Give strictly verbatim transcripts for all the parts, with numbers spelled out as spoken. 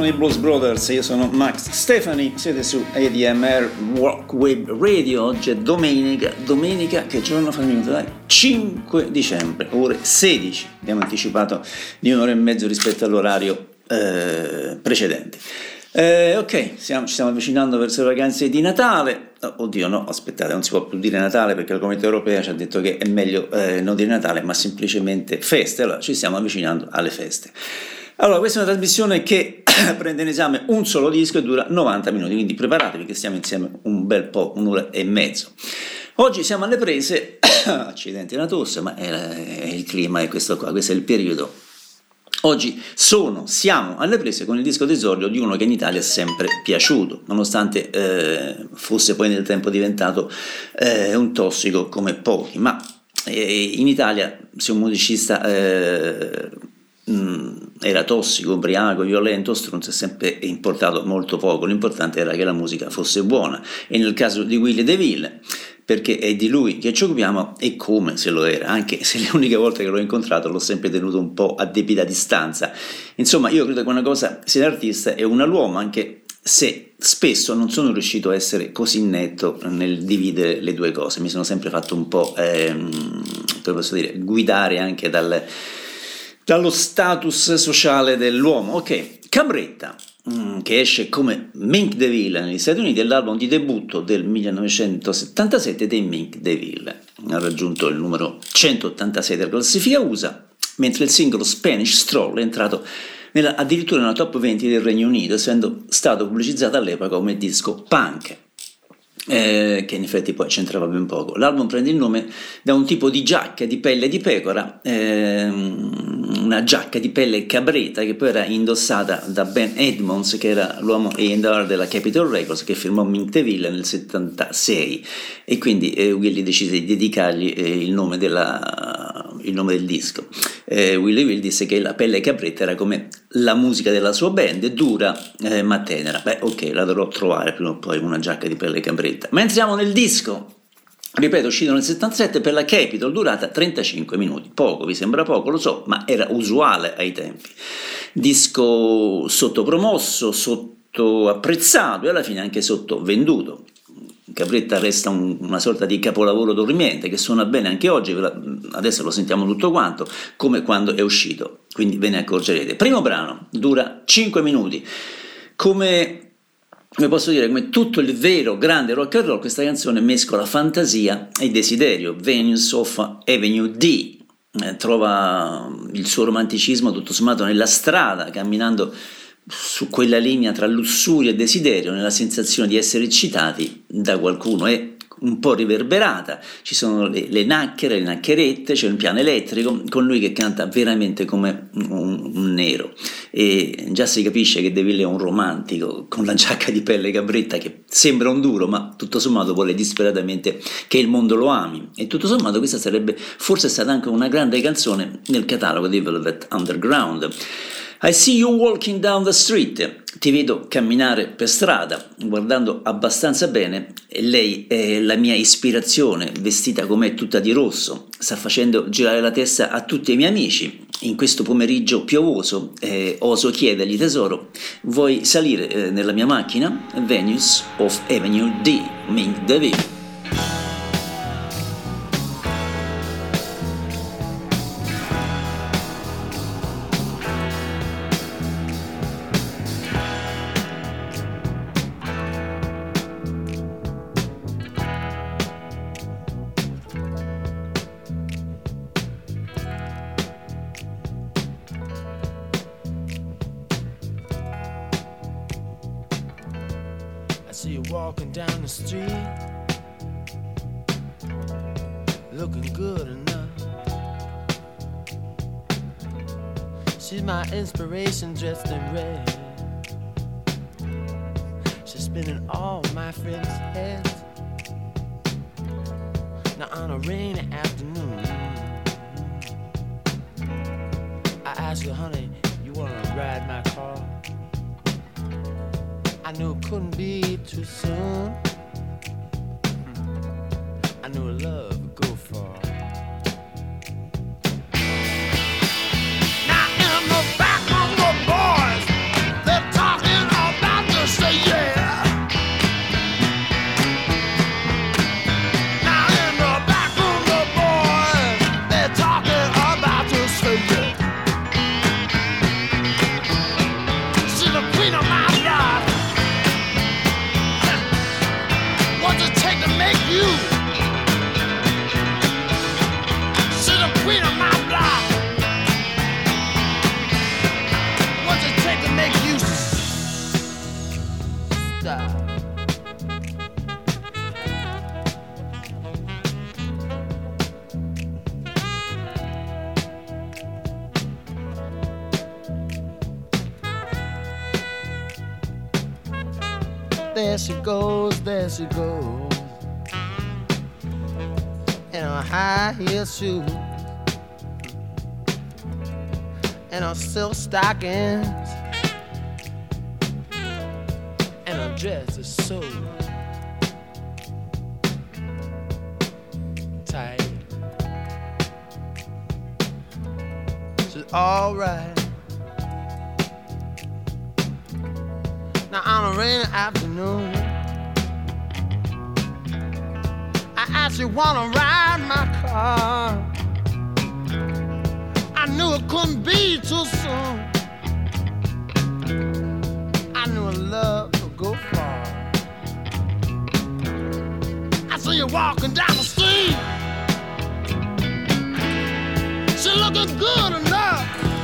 sono i Blues Brothers, io sono Max Stefani, siete su A D M R Rock Web Radio. Oggi è domenica, domenica che giorno fa? Dai, cinque dicembre, ore sedici, abbiamo anticipato di un'ora e mezzo rispetto all'orario eh, precedente. Eh, ok, stiamo, ci stiamo avvicinando verso le vacanze di Natale. Oh, oddio no, aspettate, non si può più dire Natale perché la Comunità Europea ci ha detto che è meglio eh, non dire Natale ma semplicemente feste. Allora ci stiamo avvicinando alle feste. Allora, questa è una trasmissione che prende in esame un solo disco e dura novanta minuti, quindi preparatevi che stiamo insieme un bel po', un'ora e mezzo. Oggi siamo alle prese, accidenti una tosse, ma è, è il clima, è questo qua, questo è il periodo. Oggi sono, siamo alle prese con il disco d'esordio di uno che in Italia è sempre piaciuto, nonostante eh, fosse poi nel tempo diventato eh, un tossico come pochi, ma eh, in Italia se un musicista eh, mh, era tossico, ubriaco, violento, stronzo, è sempre importato molto poco, l'importante era che la musica fosse buona, e nel caso di Willy DeVille, perché è di lui che ci occupiamo, e come se lo era, anche se le uniche volte che l'ho incontrato l'ho sempre tenuto un po' a debita distanza. Insomma, io credo che una cosa sia l'artista e una l'uomo, anche se spesso non sono riuscito a essere così netto nel dividere le due cose, mi sono sempre fatto un po', ehm, come posso dire, guidare anche dal, dallo status sociale dell'uomo. Ok, Cabretta, che esce come Mink DeVille negli Stati Uniti, è l'album di debutto del millenovecentosettantasette dei Mink DeVille, ha raggiunto il numero centottantasei della classifica U S A, mentre il singolo Spanish Stroll è entrato nella, addirittura nella top venti del Regno Unito, essendo stato pubblicizzato all'epoca come disco punk. Eh, che in effetti poi c'entrava ben poco. L'album prende il nome da un tipo di giacca di pelle di pecora, ehm, una giacca di pelle cabretta che poi era indossata da Ben Edmonds, che era l'uomo A and R della Capitol Records, che firmò Mink DeVille nel settantasei, e quindi eh, Willy decise di dedicargli eh, il nome della il nome del disco. eh, Willy Will disse che la pelle cabretta era come la musica della sua band, dura eh, ma tenera. Beh, ok, la dovrò trovare prima o poi una giacca di pelle cabretta. Ma entriamo nel disco. Ripeto, uscito nel settantasette per la Capitol, durata trentacinque minuti. Poco, vi sembra poco, lo so, ma era usuale ai tempi. Disco sottopromosso, sottoapprezzato e alla fine anche sottovenduto. Cabretta resta un, una sorta di capolavoro dormiente che suona bene anche oggi, adesso lo sentiamo tutto quanto, come quando è uscito, quindi ve ne accorgerete. Primo brano, dura cinque minuti. Come, come posso dire, come tutto il vero grande rock and roll, questa canzone mescola fantasia e desiderio. Venus of Avenue D eh, trova il suo romanticismo tutto sommato nella strada, camminando su quella linea tra lussuria e desiderio, nella sensazione di essere eccitati da qualcuno. È un po' riverberata, ci sono le, le nacchere, le naccherette, c'è un piano elettrico con lui che canta veramente come un, un nero, e già si capisce che DeVille è un romantico con la giacca di pelle cabretta che sembra un duro, ma tutto sommato vuole disperatamente che il mondo lo ami, e tutto sommato questa sarebbe forse stata anche una grande canzone nel catalogo di Velvet Underground. I see you walking down the street, ti vedo camminare per strada, guardando abbastanza bene, e lei è la mia ispirazione, vestita com'è tutta di rosso, sta facendo girare la testa a tutti i miei amici. In questo pomeriggio piovoso eh, oso chiedergli: tesoro, vuoi salire eh, nella mia macchina? Venus of Avenue D, Mink DeVille. See you walking down the street, looking good enough. She's my inspiration dressed in red. She's spinning all my friends' heads. Now on a rainy afternoon, I asked her, honey, you wanna ride my car? I knew it couldn't be too soon. I knew love would go far. Now in the back room, the boys, they're talking. There she goes, there she goes, in her high heel shoes and her silk stockings, and her dress is so tight. She's alright. Now on a rainy afternoon, I asked you wanna ride my car. I knew it couldn't be too soon. I knew love could go far. I see you walking down the street. She looking good enough.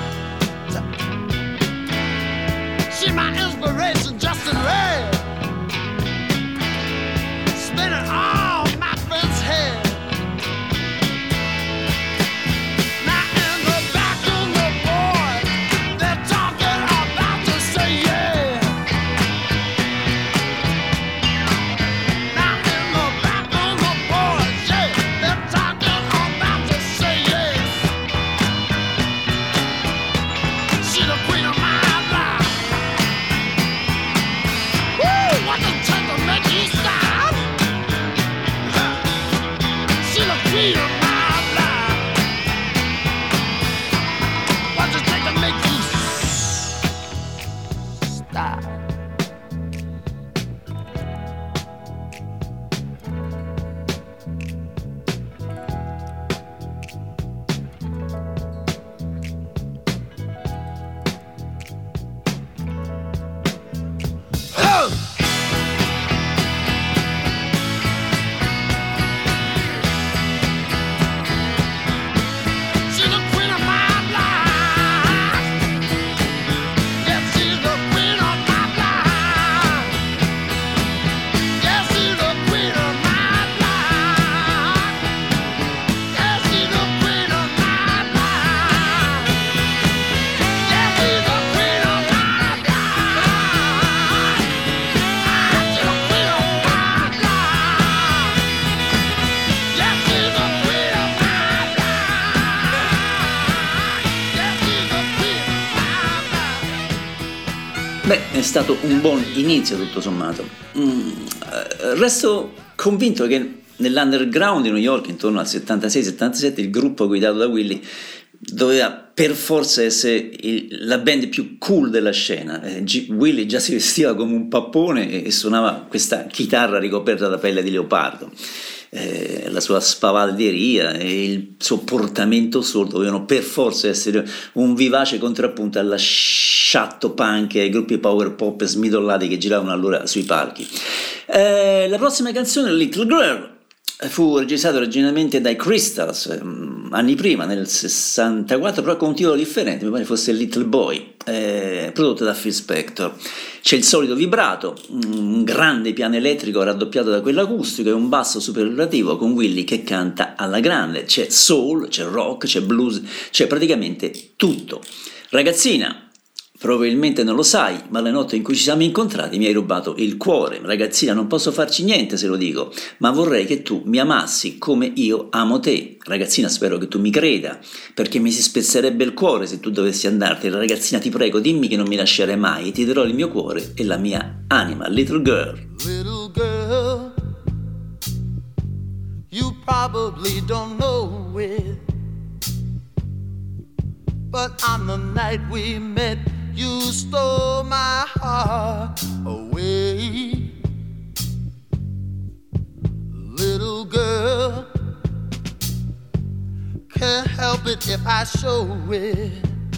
She my inspiration, just in red, spinning all my friends' head. Now in the back of the boys, they're talking about to say yeah. Now in the back of the boys, yeah, they're talking about to say yes. She the queen of my life. What the take to make you stop? She the queen of my life. What the take to make you stop? Oh! She's the queen of my life. Yes, she's the queen of my life. Yes, she's the queen of my life. Yes, she's the queen of my life. Yes, she's the queen of my life. She's the queen of my life. Yes, she's the queen of my Beh, è stato un buon inizio tutto sommato. Mm, eh, resto convinto che nell'underground di New York, intorno al settantasei settantasette, il gruppo guidato da Willie doveva per forza essere il- la band più cool della scena. Eh, G- Willie già si vestiva come un pappone e, e suonava questa chitarra ricoperta da pelle di leopardo. Eh, la sua spavalderia e il suo portamento sordo dovevano per forza essere un vivace contrappunto alla sciatto punk e ai gruppi power pop smidollati che giravano allora sui palchi. Eh, la prossima canzone, Little Girl, fu registrato originariamente dai Crystals ehm, anni prima, nel sessantaquattro, però con un titolo differente, mi pare fosse Little Boy, eh, prodotto da Phil Spector. C'è il solito vibrato, un grande piano elettrico raddoppiato da quello acustico e un basso superlativo con Willie che canta alla grande. C'è soul, c'è rock, c'è blues, c'è praticamente tutto. Ragazzina, probabilmente non lo sai, ma la notte in cui ci siamo incontrati mi hai rubato il cuore. Ragazzina, non posso farci niente se lo dico, ma vorrei che tu mi amassi come io amo te. Ragazzina, spero che tu mi creda, perché mi si spezzerebbe il cuore se tu dovessi andartene. Ragazzina, ti prego, dimmi che non mi lascerai mai, ti darò il mio cuore e la mia anima. Little girl. Little girl, you probably don't know it, but on the night we met, you stole my heart away. Little girl, can't help it if I show it,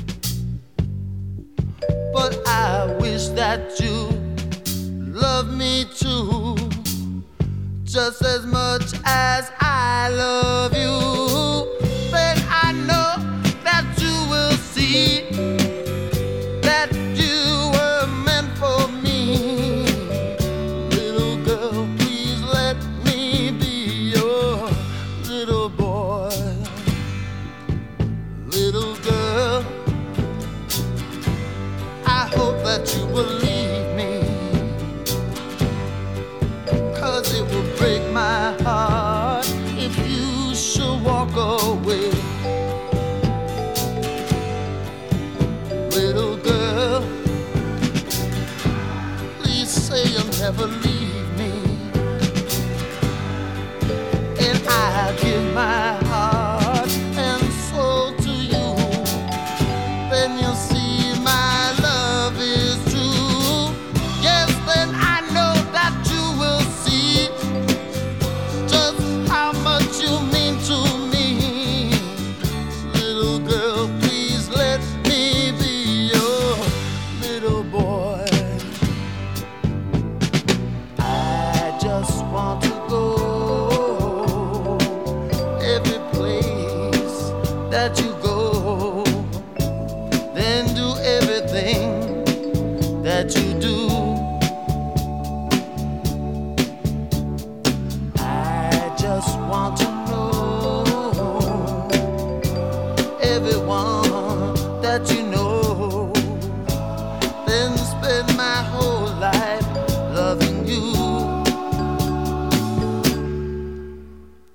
but I wish that you love me too, just as much as I love you. Then I know that you will see that you were meant for me. Little girl, please let me be your little boy. Little girl, I hope that you believe me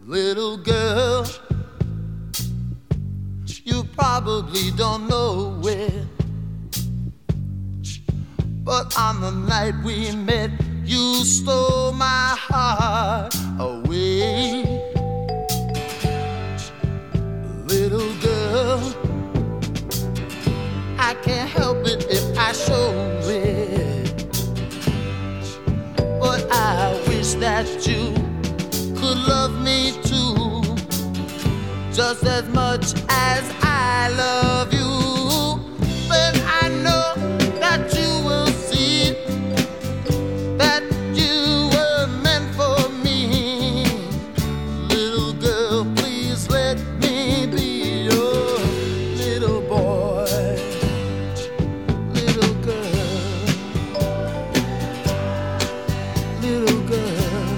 Little girl, you probably don't know it, but on the night we met, you stole my heart away. Little girl, I can't help it if I show it, but I wish that you could love me too, just as much as I love you. But I know that you will see that you were meant for me. Little girl, please let me be your little boy. Little girl, little girl.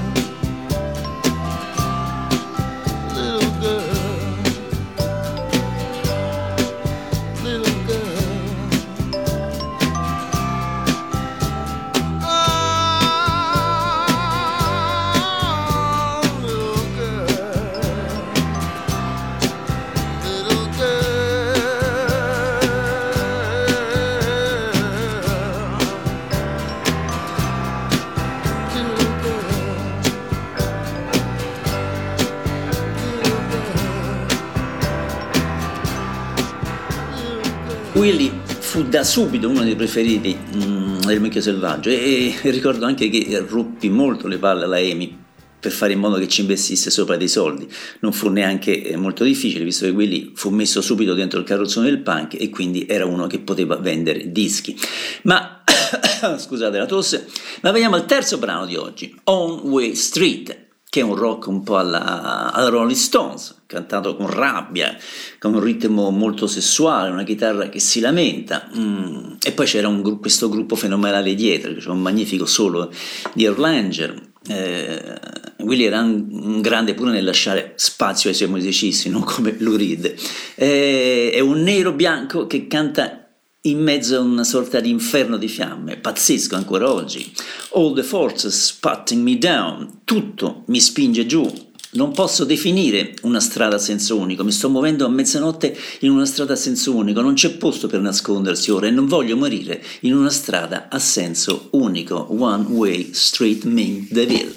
Willie fu da subito uno dei preferiti mm, del Mucchio Selvaggio e, e ricordo anche che ruppi molto le palle alla Amy per fare in modo che ci investisse sopra dei soldi. Non fu neanche molto difficile, visto che Willie fu messo subito dentro il carrozzone del punk e quindi era uno che poteva vendere dischi. Ma scusate la tosse, ma veniamo al terzo brano di oggi, On Way Street, che è un rock un po' alla, alla Rolling Stones, cantato con rabbia, con un ritmo molto sessuale, una chitarra che si lamenta, mm. e poi c'era un, questo gruppo fenomenale dietro, c'era un magnifico solo di Earl Langer. Eh, Willie era un, un grande pure nel lasciare spazio ai suoi musicisti, non come Lou Reed. Eh, è un nero bianco che canta in mezzo a una sorta di inferno di fiamme, pazzesco ancora oggi. All the forces putting me down, tutto mi spinge giù, non posso definire una strada a senso unico, mi sto muovendo a mezzanotte in una strada a senso unico, non c'è posto per nascondersi ora e non voglio morire in una strada a senso unico. One way street mean devil.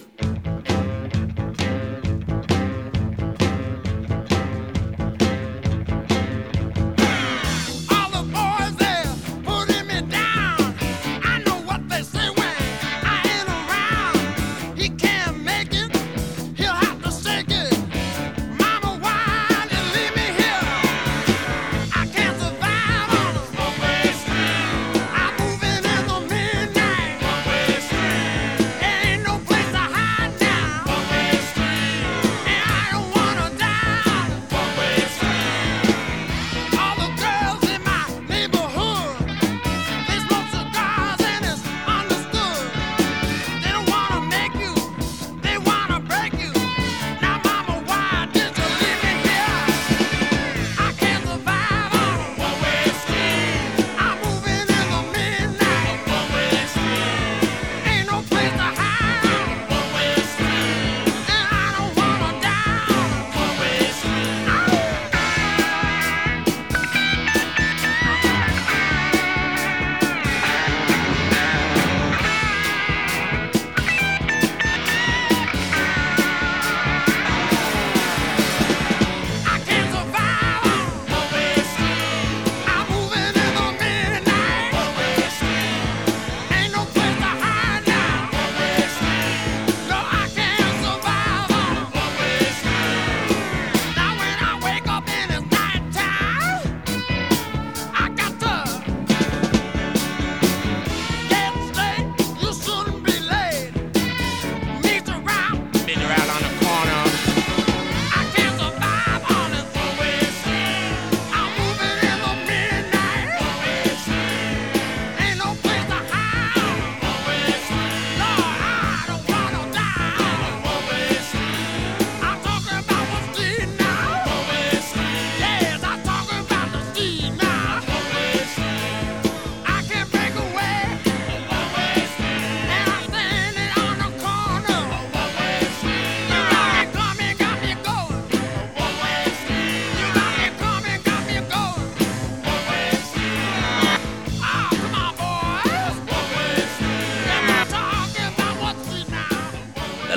Ain't no place to hide now.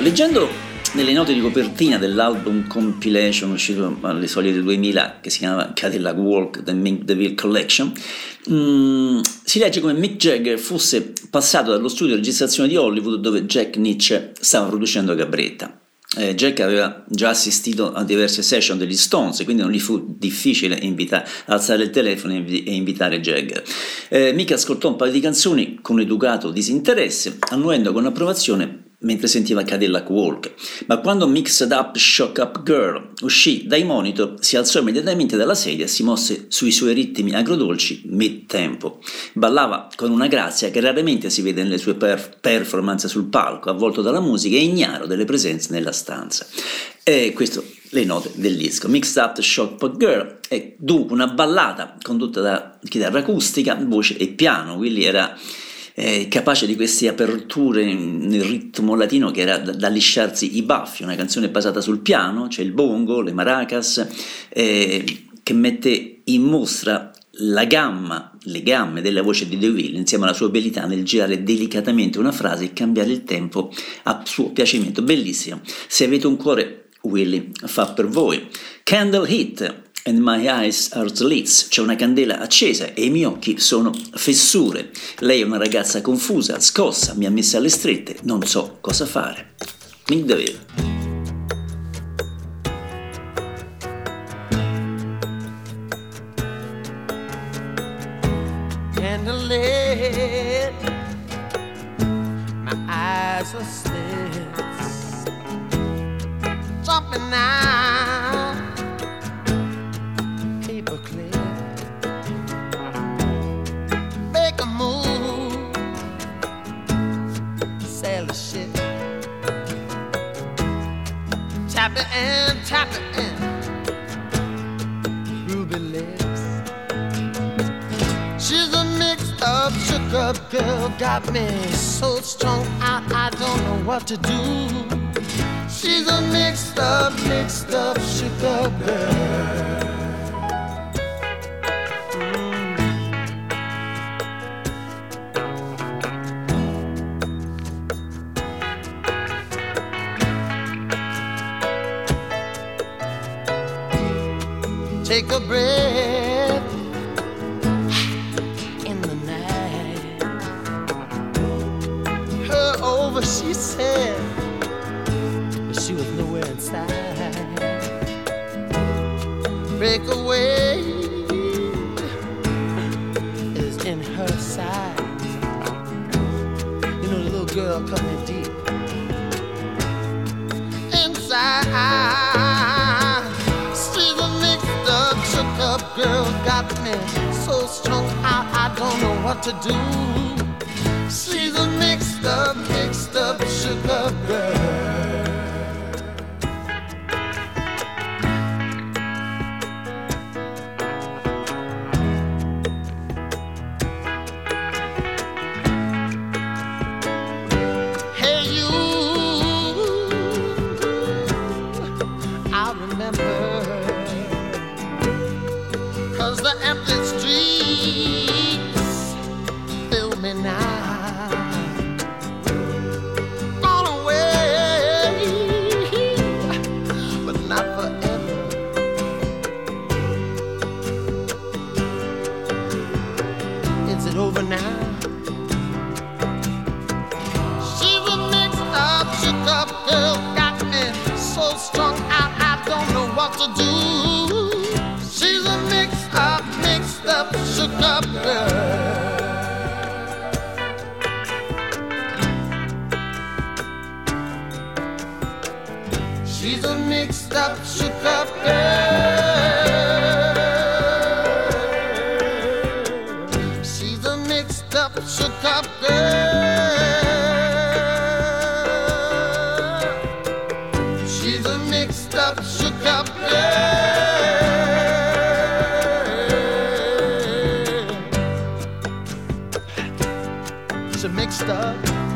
Leggendo nelle note di copertina dell'album compilation uscito alle solite duemila, che si chiamava Cadillac Walk, The Mick DeVille Collection, mh, si legge come Mick Jagger fosse passato dallo studio di registrazione di Hollywood dove Jack Nitzsche stava producendo Cabretta. Eh, Jack aveva già assistito a diverse session degli Stones, quindi non gli fu difficile invitare, alzare il telefono e invitare Jagger. Eh, Mick ascoltò un paio di canzoni con educato disinteresse, annuendo con approvazione mentre sentiva Cadillac Walk, ma quando Mixed Up Shock Up Girl uscì dai monitor si alzò immediatamente dalla sedia e si mosse sui suoi ritmi agrodolci mid-tempo. Ballava con una grazia che raramente si vede nelle sue per- performance sul palco, avvolto dalla musica e ignaro delle presenze nella stanza. E questo le note del disco. Mixed Up Shock Up Girl è dunque una ballata condotta da chitarra acustica, voce e piano. Willy era Eh, capace di queste aperture nel ritmo latino che era da, da lisciarsi i baffi, una canzone basata sul piano, c'è il bongo, le maracas, eh, che mette in mostra la gamma, le gamme della voce di DeVille insieme alla sua abilità nel girare delicatamente una frase e cambiare il tempo a suo piacimento. Bellissimo. Se avete un cuore, Willy fa per voi. Candle Heat and my eyes are slits, c'è una candela accesa e i miei occhi sono fessure. Lei è una ragazza confusa, scossa, mi ha messa alle strette, non so cosa fare. Mick DeVille. Candlelit, my eyes are slits, jumping now, paperclip, make a move, sail a ship, tap it in, tap it in, ruby lips. She's a mixed up, shook up girl, got me so strung out, I don't know what to do. She's a mixed up, mixed up, shook up girl. Take a breath in the night. Her over, she said, but she was nowhere inside. Breakaway is in her side. You know the little girl coming deep inside. Up girl got me so strung out, I don't know what to do. She's a mixed up, mixed up, shook up girl. Hey you, I remember, 'cause the empty streets fill me now. Gone away, but not forever. Is it over now? She's a mixed up, shook up girl, got me so strung out, I don't know what to do. She's a mixed up, mixed up, shook up girl. She's a mixed up, shook up girl. She's a mixed up, shook up girl. She's a mixed up, shook up girl. She mixed up,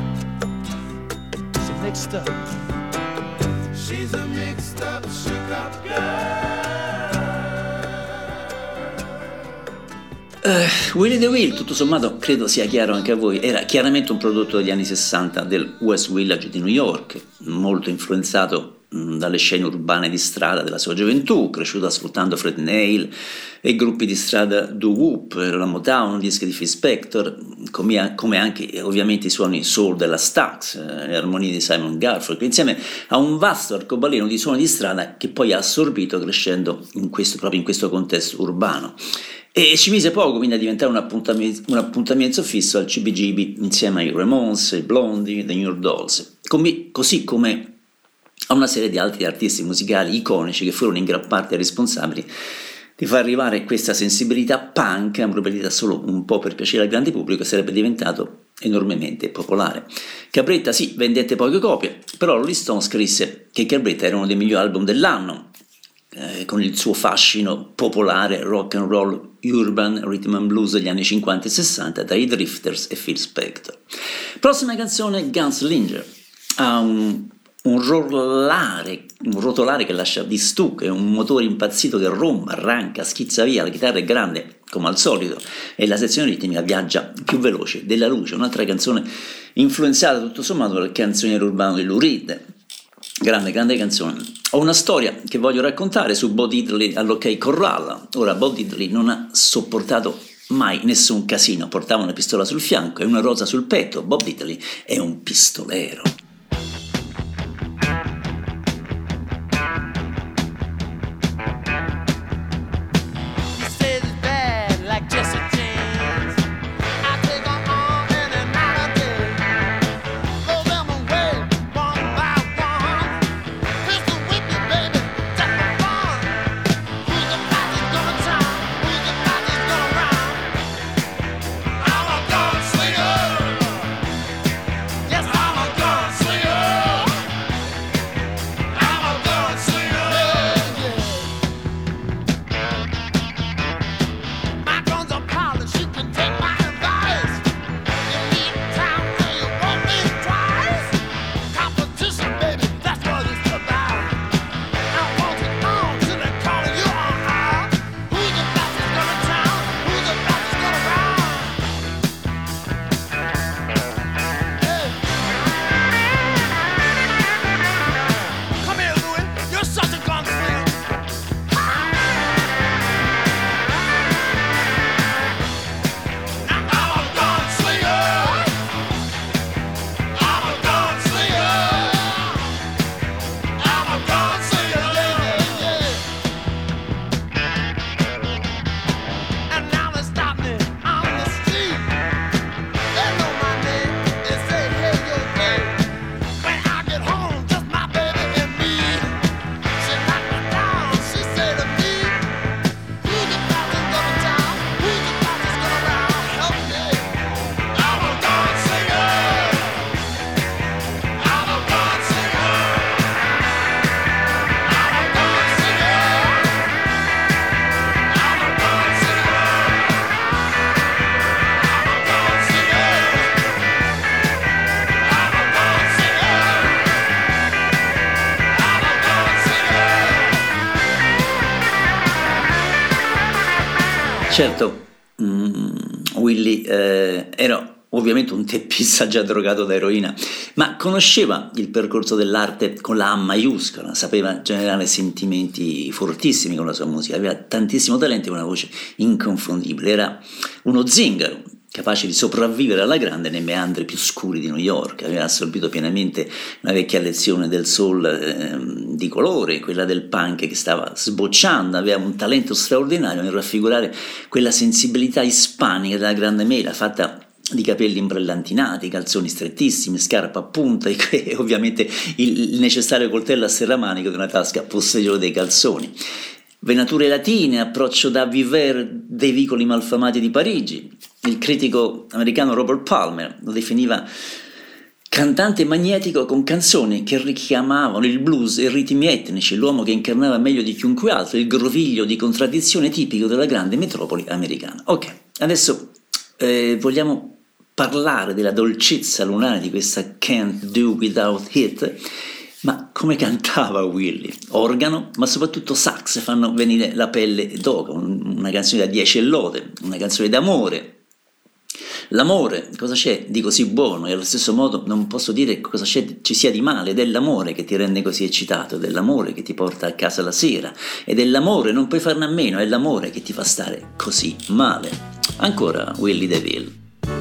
she mixed up. She's a mixed up, shook up girl. Uh, Willie DeVille, tutto sommato, credo sia chiaro anche a voi, era chiaramente un prodotto degli anni sessanta del West Village di New York, molto influenzato mh, dalle scene urbane di strada della sua gioventù, cresciuto ascoltando Fred Neil e gruppi di strada doo-wop, la Motown, dischi di Phil Spector, come, come anche ovviamente i suoni soul della Stax, eh, le armonie di Simon Garfunkel, insieme a un vasto arcobaleno di suoni di strada che poi ha assorbito crescendo in questo, proprio in questo contesto urbano. E ci mise poco quindi a diventare un appuntamento, un appuntamento fisso al C B G B insieme ai Ramones, ai Blondie, The New York Dolls, come, così come a una serie di altri artisti musicali iconici che furono in gran parte responsabili di far arrivare questa sensibilità punk, ammorbidita solo un po' per piacere al grande pubblico, sarebbe diventato enormemente popolare. Cabretta sì, vendette poche copie, però Rolling Stone scrisse che Cabretta era uno dei migliori album dell'anno, Eh, con il suo fascino popolare rock and roll urban rhythm and blues degli anni cinquanta e sessanta dai Drifters e Phil Spector. Prossima canzone, Gunslinger, ha un, un rotolare un rotolare che lascia di stucco, è un motore impazzito che romba, arranca, schizza via, la chitarra è grande come al solito e la sezione ritmica viaggia più veloce della luce. Un'altra canzone influenzata tutto sommato dal canzoniere urbano di Lou Reed. Grande, grande canzone. Ho una storia che voglio raccontare su Bo Diddley all'Ok Corral. Ora, Bo Diddley non ha sopportato mai nessun casino, portava una pistola sul fianco e una rosa sul petto. Bob Diddley è un pistolero. Certo, mm, Willie eh, era ovviamente un teppista già drogato da eroina, ma conosceva il percorso dell'arte con la A maiuscola, sapeva generare sentimenti fortissimi con la sua musica, aveva tantissimo talento e una voce inconfondibile, era uno zingaro, capace di sopravvivere alla grande nei meandri più scuri di New York, aveva assorbito pienamente una vecchia lezione del soul eh, di colore, quella del punk che stava sbocciando, aveva un talento straordinario nel raffigurare quella sensibilità ispanica della grande mela, fatta di capelli imbrillantinati, calzoni strettissimi, scarpa a punta e ovviamente il necessario coltello a serramanico di una tasca posteriore dei calzoni. Venature latine, approccio da vivere dei vicoli malfamati di Parigi. Il critico americano Robert Palmer lo definiva cantante magnetico con canzoni che richiamavano il blues e i ritmi etnici, l'uomo che incarnava meglio di chiunque altro il groviglio di contraddizione tipico della grande metropoli americana. Ok, adesso eh, vogliamo parlare della dolcezza lunare di questa Can't Do Without It, Ma come cantava Willie? Organo, ma soprattutto sax fanno venire la pelle d'oca, una canzone da dieci lode, una canzone d'amore. L'amore, cosa c'è di così buono? E allo stesso modo non posso dire cosa c'è, ci sia di male, dell'amore che ti rende così eccitato, dell'amore che ti porta a casa la sera, e dell'amore non puoi farne a meno, è l'amore che ti fa stare così male. Ancora Willie DeVille.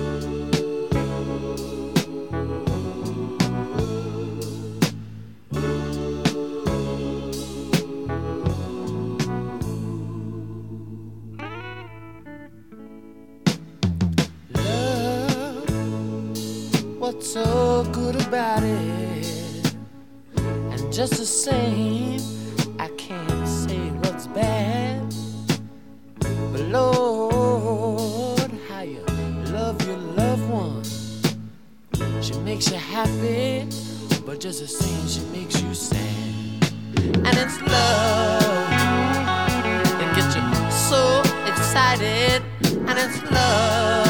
What's so good about it? And just the same, I can't say what's bad. But Lord, how you love your loved one. She makes you happy, but just the same, she makes you sad. And it's love that gets you so excited. And it's love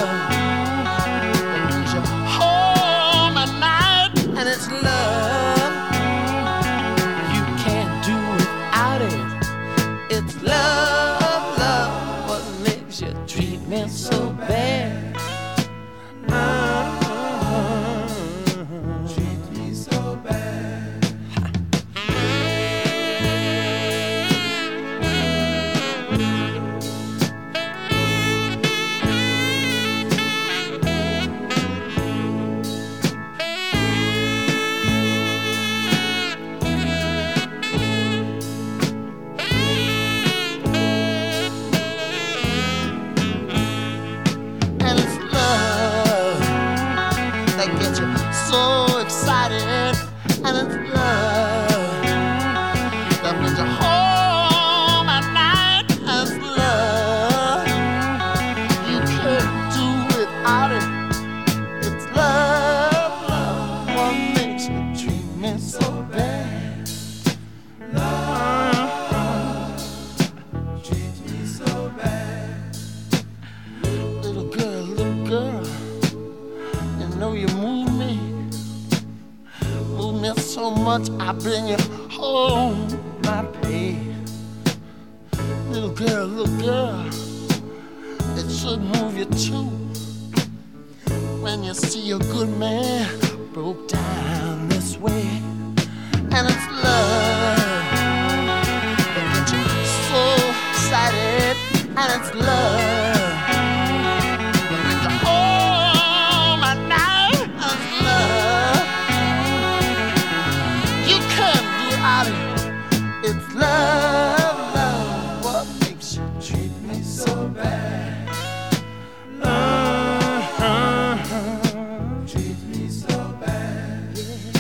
and it's love, you can't do without it. It's love, love, what makes you treat me so bad. Uh-huh. Treat me so bad. So excited, and it's love that brings you home at night. And it's love you can't do without it. It's love, love, what makes you treat me so bad. Love, treat me so bad. Little girl, little girl, you know you move me. Move me so much, I bring you home, my babe. Little girl, little girl, it should move you too. When you see a good man broke down this way. And it's love that gets you so excited. And it's love that brings you home at night. And it's love you can't do without it. It's love, love, what makes you treat me so bad. Uh-huh. Treat me so bad.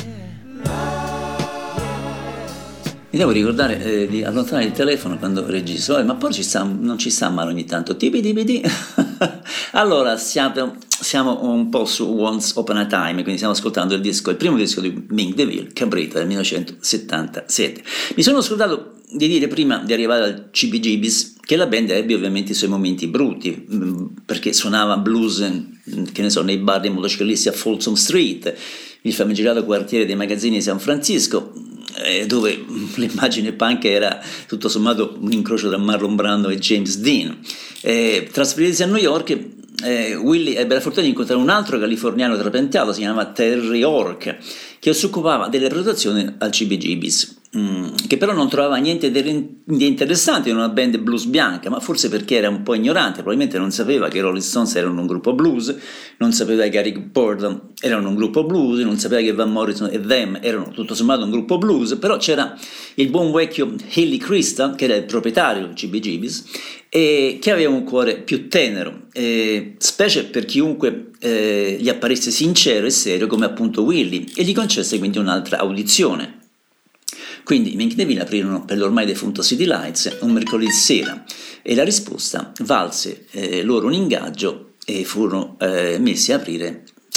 Mi devo ricordare eh, di allontanare il telefono quando registro, eh, ma poi ci sta, non ci sta male ogni tanto. Tibidibidi. Allora, siamo, siamo un po' su Once Upon a Time, quindi stiamo ascoltando il disco, il primo disco di Mink DeVille, Cabrita, del millenovecentosettantasette. Mi sono scordato di dire prima di arrivare al C B G B's che la band ebbe ovviamente i suoi momenti brutti, perché suonava blues, che ne so, nei bar dei motociclisti a Folsom Street, il famigerato quartiere dei magazzini di San Francisco, dove l'immagine punk era tutto sommato un incrocio tra Marlon Brando e James Dean. Eh, trasferirsi a New York, eh, Willie ebbe la fortuna di incontrare un altro californiano trapiantato, si chiamava Terry Ork, che si occupava delle prenotazioni al C B G B's, mm, che però non trovava niente di interessante in una band blues bianca, ma forse perché era un po' ignorante, probabilmente non sapeva che i Rolling Stones erano un gruppo blues, non sapeva che Eric Burdon erano un gruppo blues, non sapeva che Van Morrison e Them erano tutto sommato un gruppo blues, però c'era il buon vecchio Hilly Crystal, che era il proprietario del C B G B's, e che aveva un cuore più tenero, eh, specie per chiunque eh, gli apparisse sincero e serio come appunto Willie, e gli concesse quindi un'altra audizione. Quindi i Mink DeVille aprirono per l'ormai defunto City Lights un mercoledì sera e la risposta valse eh, loro un ingaggio e furono eh, messi a aprire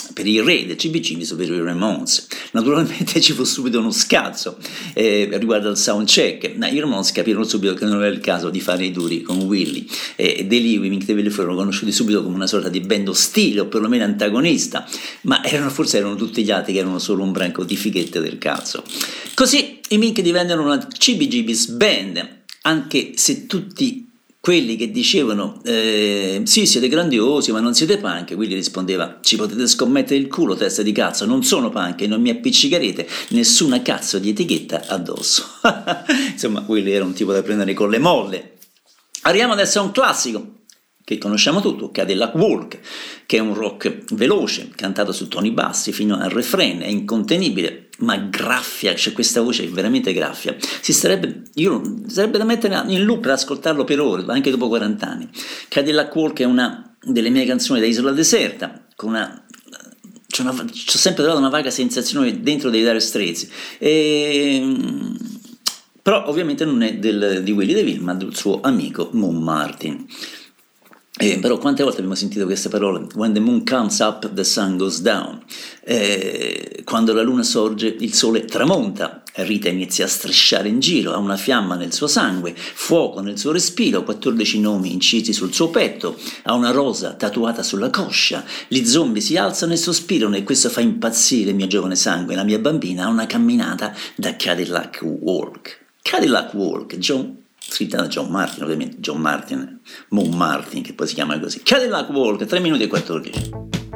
per i re del C B G B, ovvero i Ramones. Naturalmente ci fu subito uno scazzo eh, riguardo al soundcheck, ma i Ramones capirono subito che non era il caso di fare i duri con Willie, e eh, Dee e Mick DeVille furono conosciuti subito come una sorta di band ostile o perlomeno antagonista, ma erano, forse erano tutti gli altri che erano solo un branco di fighette del cazzo. Così i Mick divennero una C B G B's band, anche se tutti quelli che dicevano eh, sì, siete grandiosi ma non siete punk, Willie rispondeva: ci potete scommettere il culo, testa di cazzo, non sono punk e non mi appiccicherete nessuna cazzo di etichetta addosso. Insomma, Willie era un tipo da prendere con le molle. Arriviamo adesso a un classico che conosciamo tutto, Cadillac Walk, che è un rock veloce, cantato su toni bassi fino al refrain, è incontenibile, ma graffia, c'è questa voce che veramente graffia. Si starebbe, io, sarebbe da mettere in loop per ascoltarlo per ore, anche dopo quaranta anni. Cadillac Walk è una delle mie canzoni da Isola Deserta, con una... C'ho, una, c'ho sempre trovato una vaga sensazione dentro dei Dire Straits, e... però ovviamente non è del, di Willie DeVille, ma del suo amico Moon Martin. Eh, però quante volte abbiamo sentito queste parole? When the moon comes up, the sun goes down. Eh, quando la luna sorge, il sole tramonta. Rita inizia a strisciare in giro, ha una fiamma nel suo sangue, fuoco nel suo respiro, quattordici nomi incisi sul suo petto, ha una rosa tatuata sulla coscia, gli zombie si alzano e sospirano e questo fa impazzire il mio giovane sangue, la mia bambina ha una camminata da Cadillac Walk. Cadillac Walk, John... scritta da John Martin, ovviamente John Martin, Moon Martin, che poi si chiama così. Cadillac Walk, tre minuti e quattordici.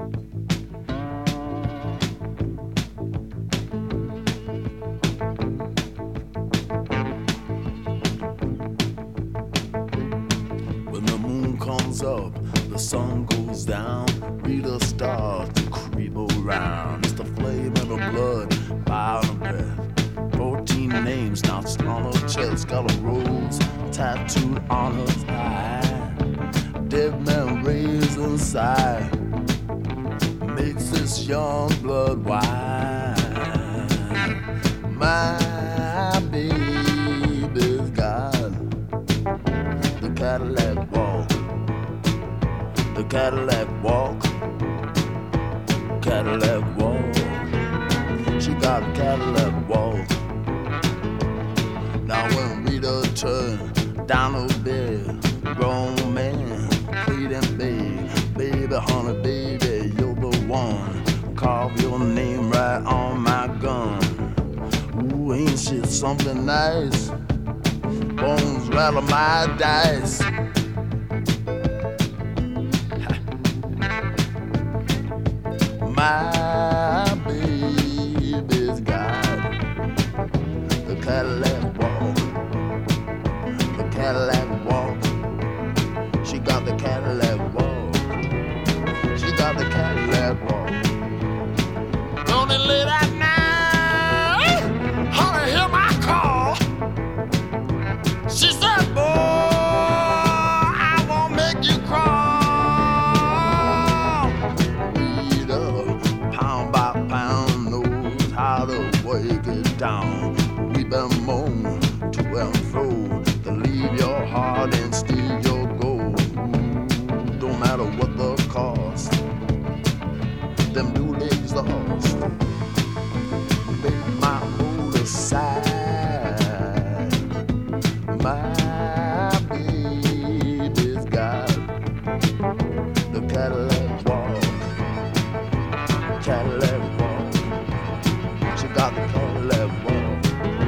When the moon comes up, the sun goes down, Rita starts to creep around. It's the flame and the blood, fire and breath. Fourteen names notched on her chest, got a rose tattooed on her thigh. Dead man raised inside, makes this young blood wine. My baby's got the Cadillac walk, the Cadillac walk, Cadillac walk. She got a Cadillac walk. Now when Rita turned down her bed, grown man pleading, babe, baby, honey, baby, you're the one. Carve your name right on my gun. Ooh, ain't shit something nice? Bones rattle my dice. My baby's got the Cadillac walk, the Cadillac walk. She got the Cadillac walk. She got the Cadillac walk. Lonely late at night, honey, hear my call. She said, boy, I won't make you crawl. Break it down, weep and moan to and fro, to leave your heart and steal your gold. Don't matter what the cost, them new legs lost. Make my motor side, my baby's got the Cadillac walk, Cadillac walk. Got the Cadillac walk,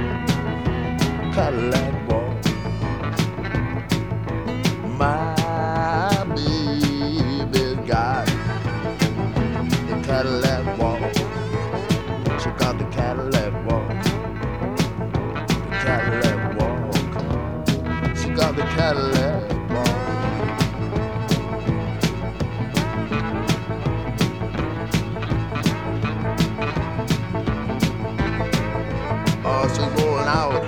Cadillac walk. My baby's got the Cadillac walk. She got the Cadillac walk, the Cadillac walk. She got the Cadillac walk. She's rolling out.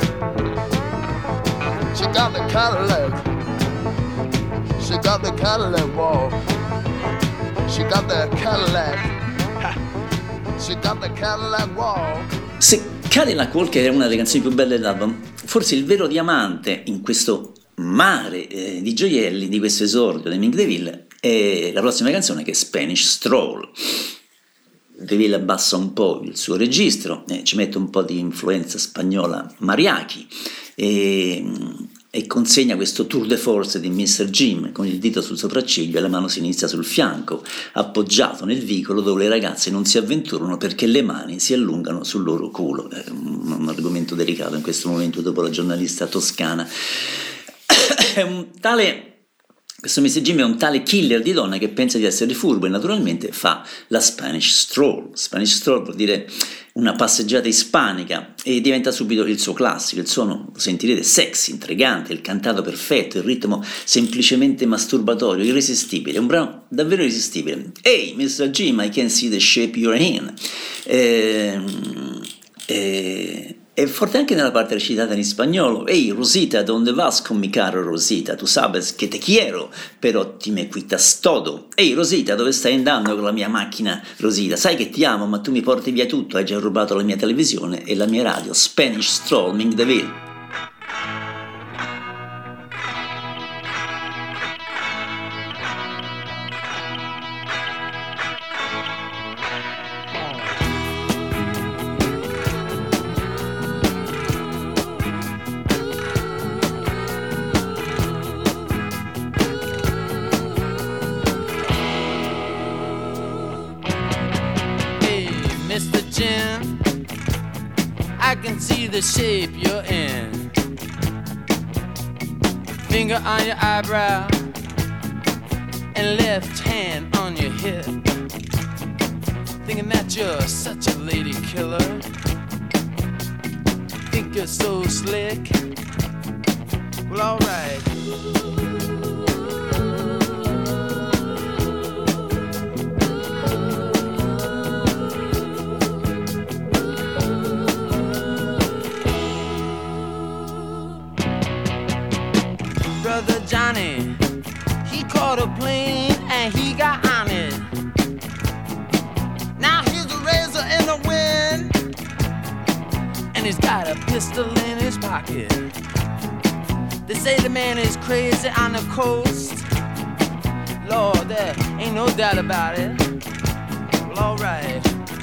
She got the Cadillac. She got the Cadillac walk. She got the Cadillac. She got the Cadillac walk. Se Cadillac Walk è una delle canzoni più belle dell'album, forse il vero diamante in questo mare eh, di gioielli di questo esordio di Mick DeVille è la prossima canzone, che è Spanish Stroll. Deville abbassa un po' il suo registro, eh, ci mette un po' di influenza spagnola mariachi e, e consegna questo tour de force di mister Jim con il dito sul sopracciglio e la mano sinistra sul fianco, appoggiato nel vicolo dove le ragazze non si avventurano perché le mani si allungano sul loro culo. È un, un argomento delicato in questo momento dopo la giornalista toscana. È un tale... Questo mister Jim è un tale killer di donne che pensa di essere furbo e naturalmente fa la Spanish Stroll. Spanish Stroll vuol dire una passeggiata ispanica e diventa subito il suo classico. Il suono, lo sentirete, sexy, intrigante, il cantato perfetto, il ritmo semplicemente masturbatorio, irresistibile. È un brano davvero irresistibile. Hey, mister Jim, I can see the shape you're in. Eh, eh, È forte anche nella parte recitata in spagnolo. Ehi, Rosita, ¿dónde vas con mi caro Rosita? Tu sabes que te quiero, pero ti me quitas todo. Ehi, Rosita, dove stai andando con la mia macchina, Rosita? Sai che ti amo, ma tu mi porti via tutto. Hai già rubato la mia televisione e la mia radio. Spanish Strolling Deville. mister Jim, I can see the shape you're in. Finger on your eyebrow and left hand on your hip. Thinking that you're such a lady killer. Think you're so slick. Well, alright. Brother Johnny, he caught a plane and he got on it. Now he's a razor in the wind and he's got a pistol in his pocket. They say the man is crazy on the coast. Lord, there ain't no doubt about it. Well, alright.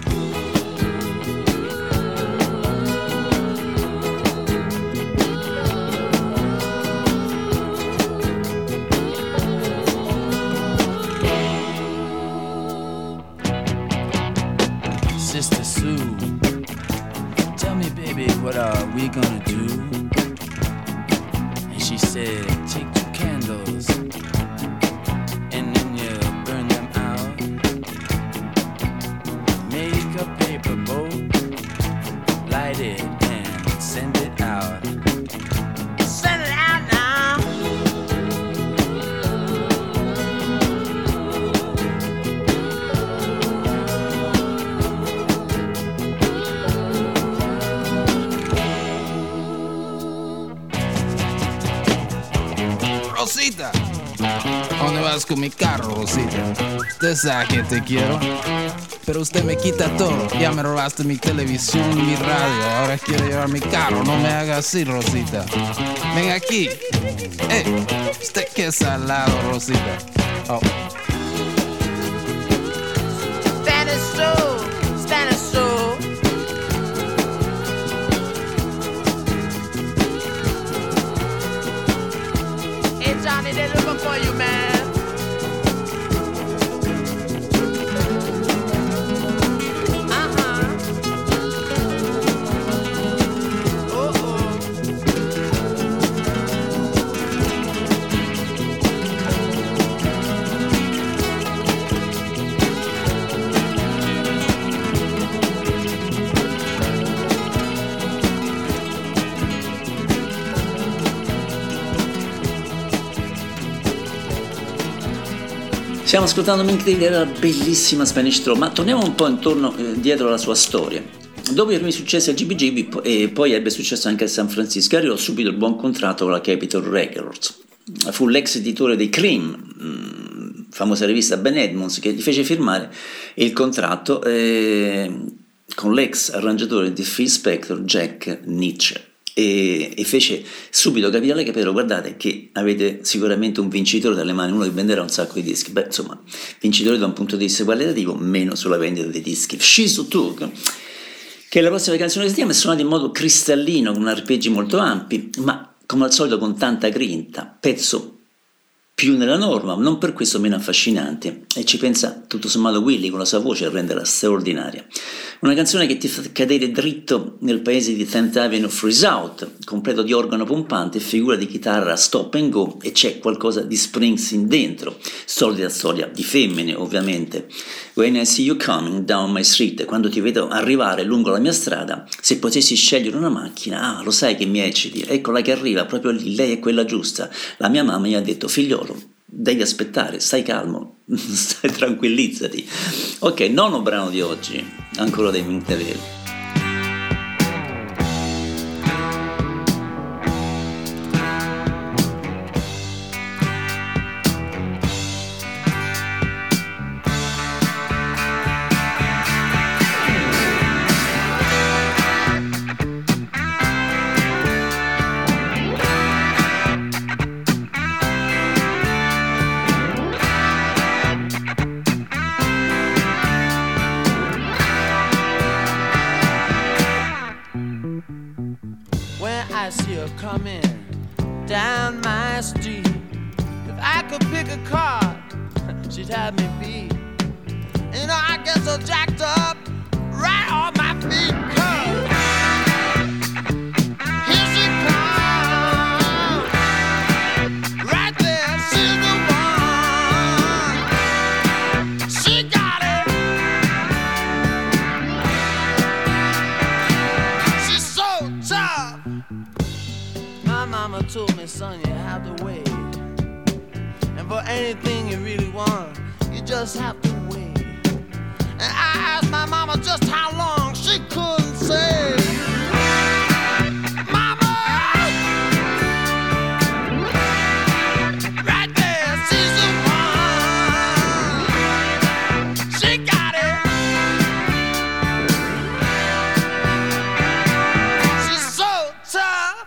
Sister Sue, tell me, baby, what are we gonna do? And she said, take two candles and then you burn them out. Make a paper boat, light it and send it out. Send it out now. Rosita, ¿dónde vas con mi carro, Rosita? Usted sabe que te quiero, pero usted me quita todo. Ya me robaste mi televisión y mi radio. Ahora quiere llevar mi carro. No me haga así, Rosita. Ven aquí. Eh, usted que es salado, Rosita. Oh. Spanish soul, Spanish soul. Hey Johnny, they're looking for you, man. Stiamo ascoltando Mick Daly, la bellissima Spanish Stroll, ma torniamo un po' intorno eh, dietro alla sua storia. Dopo i primi successi a G B G e poi ebbe successo anche a San Francisco, arrivò subito il buon contratto con la Capitol Records. Fu l'ex editore dei Cream, famosa rivista Ben Edmonds, che gli fece firmare il contratto eh, con l'ex arrangiatore di Phil Spector, Jack Nitzsche. e, e fece subito capire alle Capitolo: guardate che avete sicuramente un vincitore dalle mani, uno che venderà un sacco di dischi. Beh, insomma, vincitore da un punto di vista qualitativo, meno sulla vendita dei dischi. She's Talk, che è la prossima canzone che sentiamo, è suonata in modo cristallino, con arpeggi molto ampi, ma come al solito con tanta grinta, pezzo più nella norma, non per questo meno affascinante, e ci pensa tutto sommato Willy con la sua voce a renderla straordinaria. Una canzone che ti fa cadere dritto nel paese di tenth Avenue Freeze Out, completo di organo pompante, figura di chitarra stop and go, e c'è qualcosa di Springsteen dentro, solita storia di femmine ovviamente. When I see you coming down my street, quando ti vedo arrivare lungo la mia strada, se potessi scegliere una macchina, ah, lo sai che mi ecciti, eccola che arriva proprio lì, lei è quella giusta. La mia mamma mi ha detto: figliolo, devi aspettare, stai calmo, stai tranquillizzati. Ok, nono brano di oggi, ancora dei Vinterelli. Coming down my street, if I could pick a card, she'd have me beat. You know, I get so jacked up right off my feet. Cause here she comes, right there, she's the one. She got it. She's so tough. My mama told me, son, you have to wait. And for anything you really want, you just have to wait. And I asked my mama just how long, she couldn't say. Mama! Right there, she's the one. She got it. She's so tough.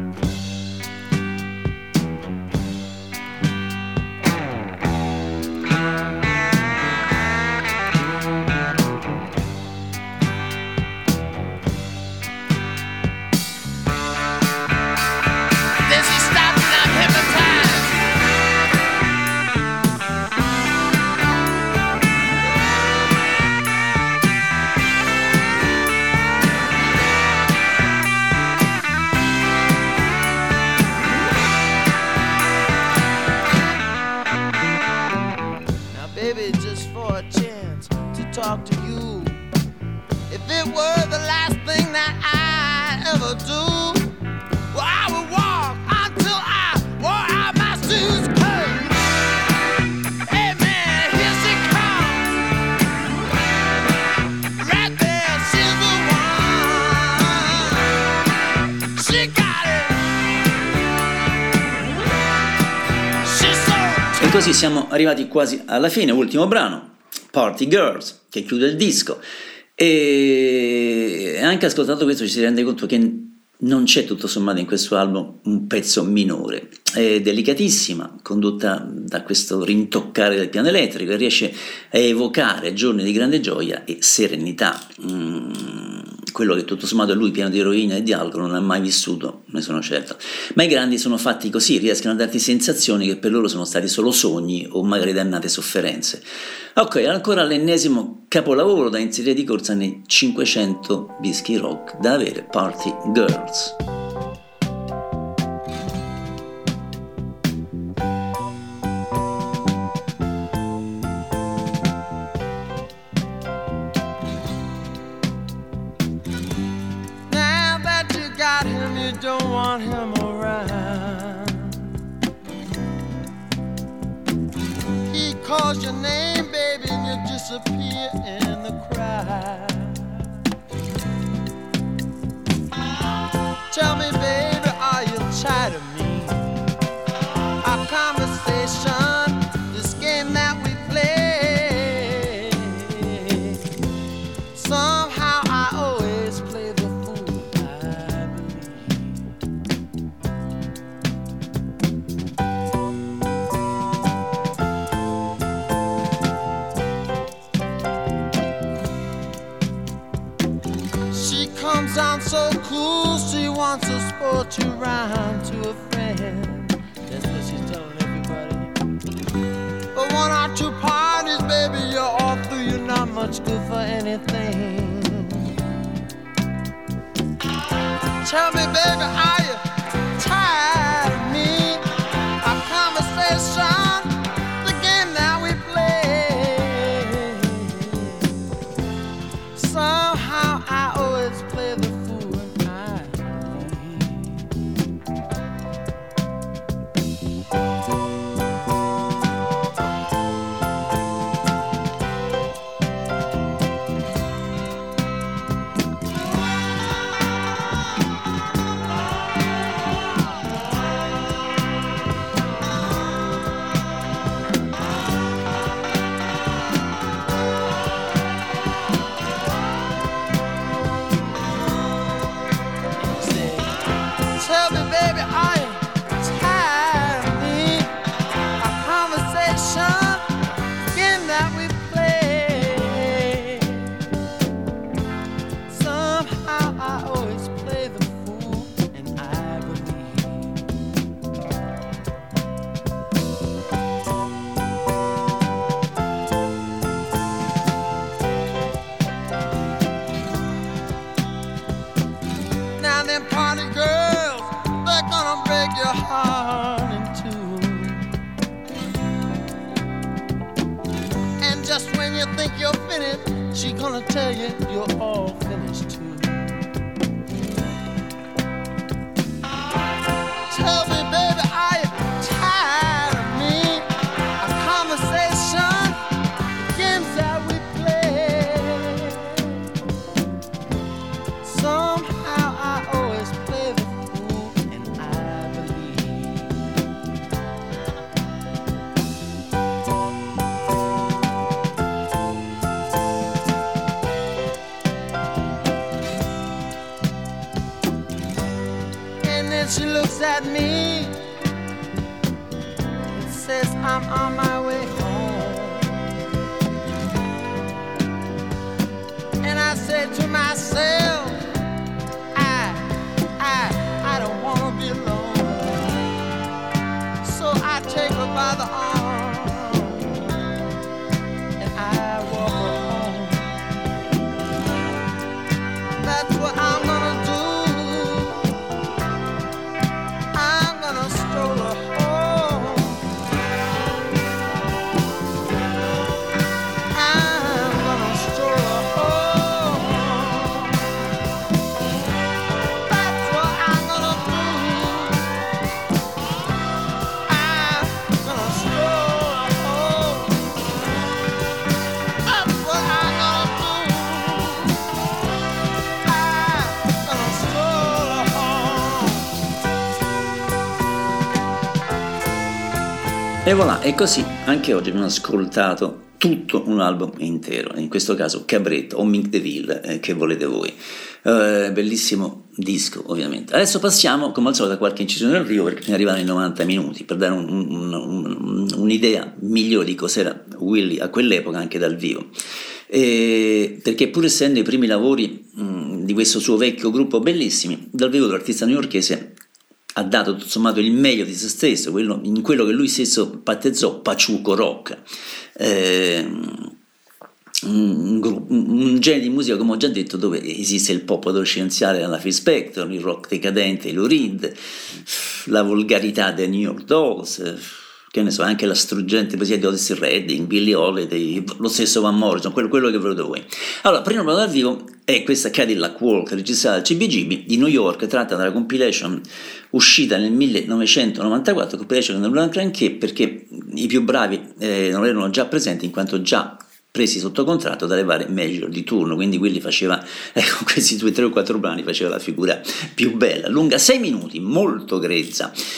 Talk to you. If it were the last thing that I ever do, well, I would walk until I wore out my shoes. Hey man, here she comes, right there, she's the one. She got it. She's so E così siamo arrivati quasi alla fine, ultimo brano, Party Girls, che chiude il disco. E anche ascoltato questo ci si rende conto che non c'è tutto sommato in questo album un pezzo minore. È delicatissima, condotta da questo rintoccare del piano elettrico, e riesce a evocare giorni di grande gioia e serenità, mm, quello che tutto sommato lui, pieno di eroina e di alcol, non ha mai vissuto, ne sono certo. Ma i grandi sono fatti così, riescono a darti sensazioni che per loro sono stati solo sogni o magari dannate sofferenze. Ok, ancora l'ennesimo capolavoro da inserire di corsa nei cinquecento dischi rock da avere, Party Girls. now that you got him, you don't want him around. He calls your name, baby, and you disappear in the crowd. Tell me, baby, are you tired of me? Our conversation, this game that we play. Somehow I always play the fool, I believe. around to a friend. That's what she's telling everybody. But one or two parties, baby, you're all through. You're not much good for anything. Tell me, baby, are you tired of me? Our conversation, the game that we play. Somehow I always play the fool and I she gonna tell you you're all finished too. Tell me, baby, are you tired of me? A conversation, the games that we play. Somehow I always play the fool, and I believe. She looks at me and says I'm on my way home. And I said to myself, I, I, I don't wanna be alone. So I take her by the arm and I walk her home. That's what I'm gonna do. E voilà, e così anche oggi abbiamo ascoltato tutto un album intero, in questo caso Cabretta o Mick DeVille, eh, che volete voi. Eh, bellissimo disco, ovviamente. Adesso passiamo come al solito a qualche incisione del Rio, perché ne arrivano i novanta minuti, per dare un, un, un, un'idea migliore di cos'era Willy a quell'epoca anche dal vivo. Eh, perché pur essendo i primi lavori mh, di questo suo vecchio gruppo bellissimi, dal vivo l'artista newyorkese ha dato tutto sommato il meglio di se stesso, quello, in quello che lui stesso battezzò paciuco rock, eh, un, un, un genere di musica, come ho già detto, dove esiste il pop adolescenziale alla Phil Spector, il rock decadente di Lou Reed, la volgarità dei New York Dolls, che ne so, anche la struggente poesia di Otis Redding, Billie Holiday, lo stesso Van Morrison, quello, quello che volete voi. Allora, prima dal vivo è questa Cadillac Walk, registrata al C B G B di New York, tratta dalla compilation uscita nel millenovecentonovantaquattro, compilation che non voleva granché perché i più bravi eh, non erano già presenti, in quanto già presi sotto contratto dalle varie major di turno, quindi quelli faceva, ecco, con questi due, tre o quattro brani faceva la figura più bella, lunga sei minuti, molto grezza.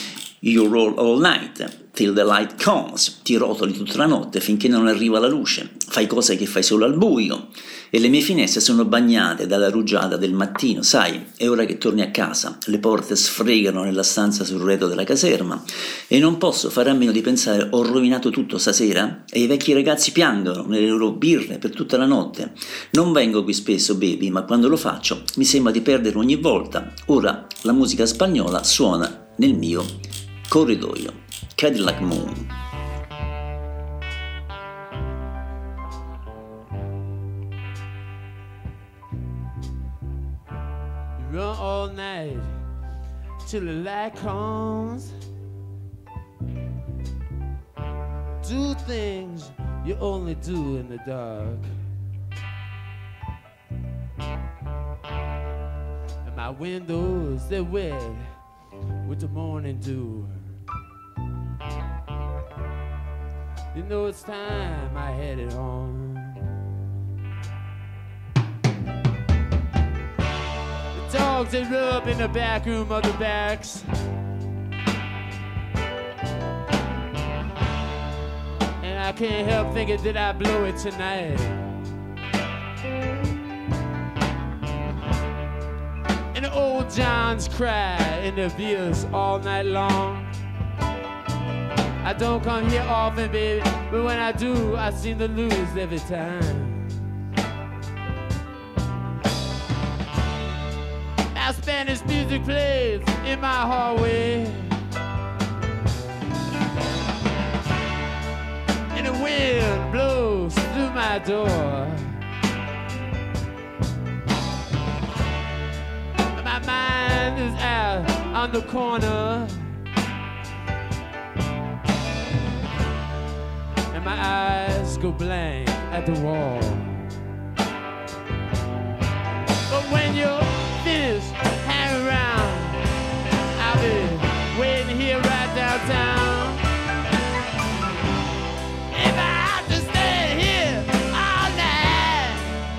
You roll all night till the light comes, ti rotoli tutta la notte finché non arriva la luce, fai cose che fai solo al buio e le mie finestre sono bagnate dalla rugiada del mattino, sai, è ora che torni a casa, le porte sfregano nella stanza sul retro della caserma e non posso fare a meno di pensare ho rovinato tutto stasera e i vecchi ragazzi piangono nelle loro birre per tutta la notte. Non vengo qui spesso, baby, ma quando lo faccio mi sembra di perdere ogni volta. Ora la musica spagnola suona nel mio corridoio. Cadillac Moon. You run all night till the light comes. Do things you only do in the dark. And my windows, they're wet with the morning dew. You know it's time I headed home. The dogs, they rub in the back room of the barracks. And I can't help thinking, did I blow it tonight? And the old Johns cry in their beers all night long. I don't come here often, baby, but when I do, I seem to lose every time. Now Spanish music plays in my hallway, and the wind blows through my door. My mind is out on the corner, my eyes go blank at the wall. But when you're finished, hang around. I'll be waiting here right downtown. If I have to stay here all night,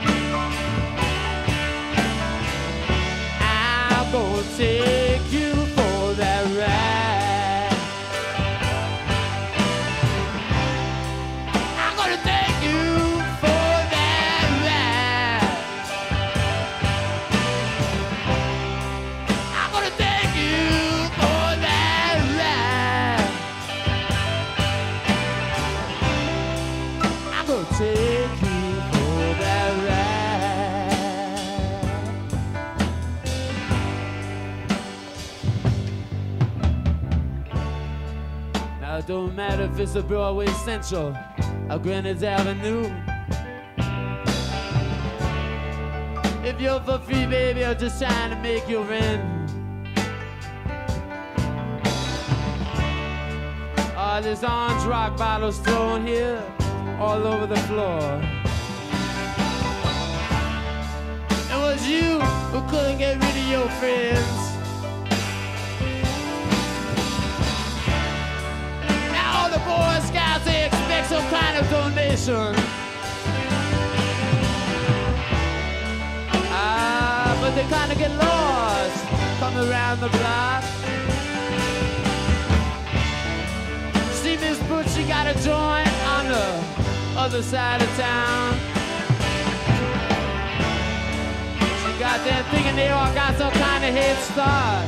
I'm gonna take you for that ride. It don't matter if it's a Broadway Central or Greenwich Avenue. If you're for free, baby, or just trying to make your rent. All these orange rock bottles thrown here all over the floor. It was you who couldn't get rid of your friends. The Boy Scouts, they expect some kind of donation. Ah, but they kind of get lost coming around the block. See Miss Butch, she got a joint on the other side of town. She got them thinking they all got some kind of head start.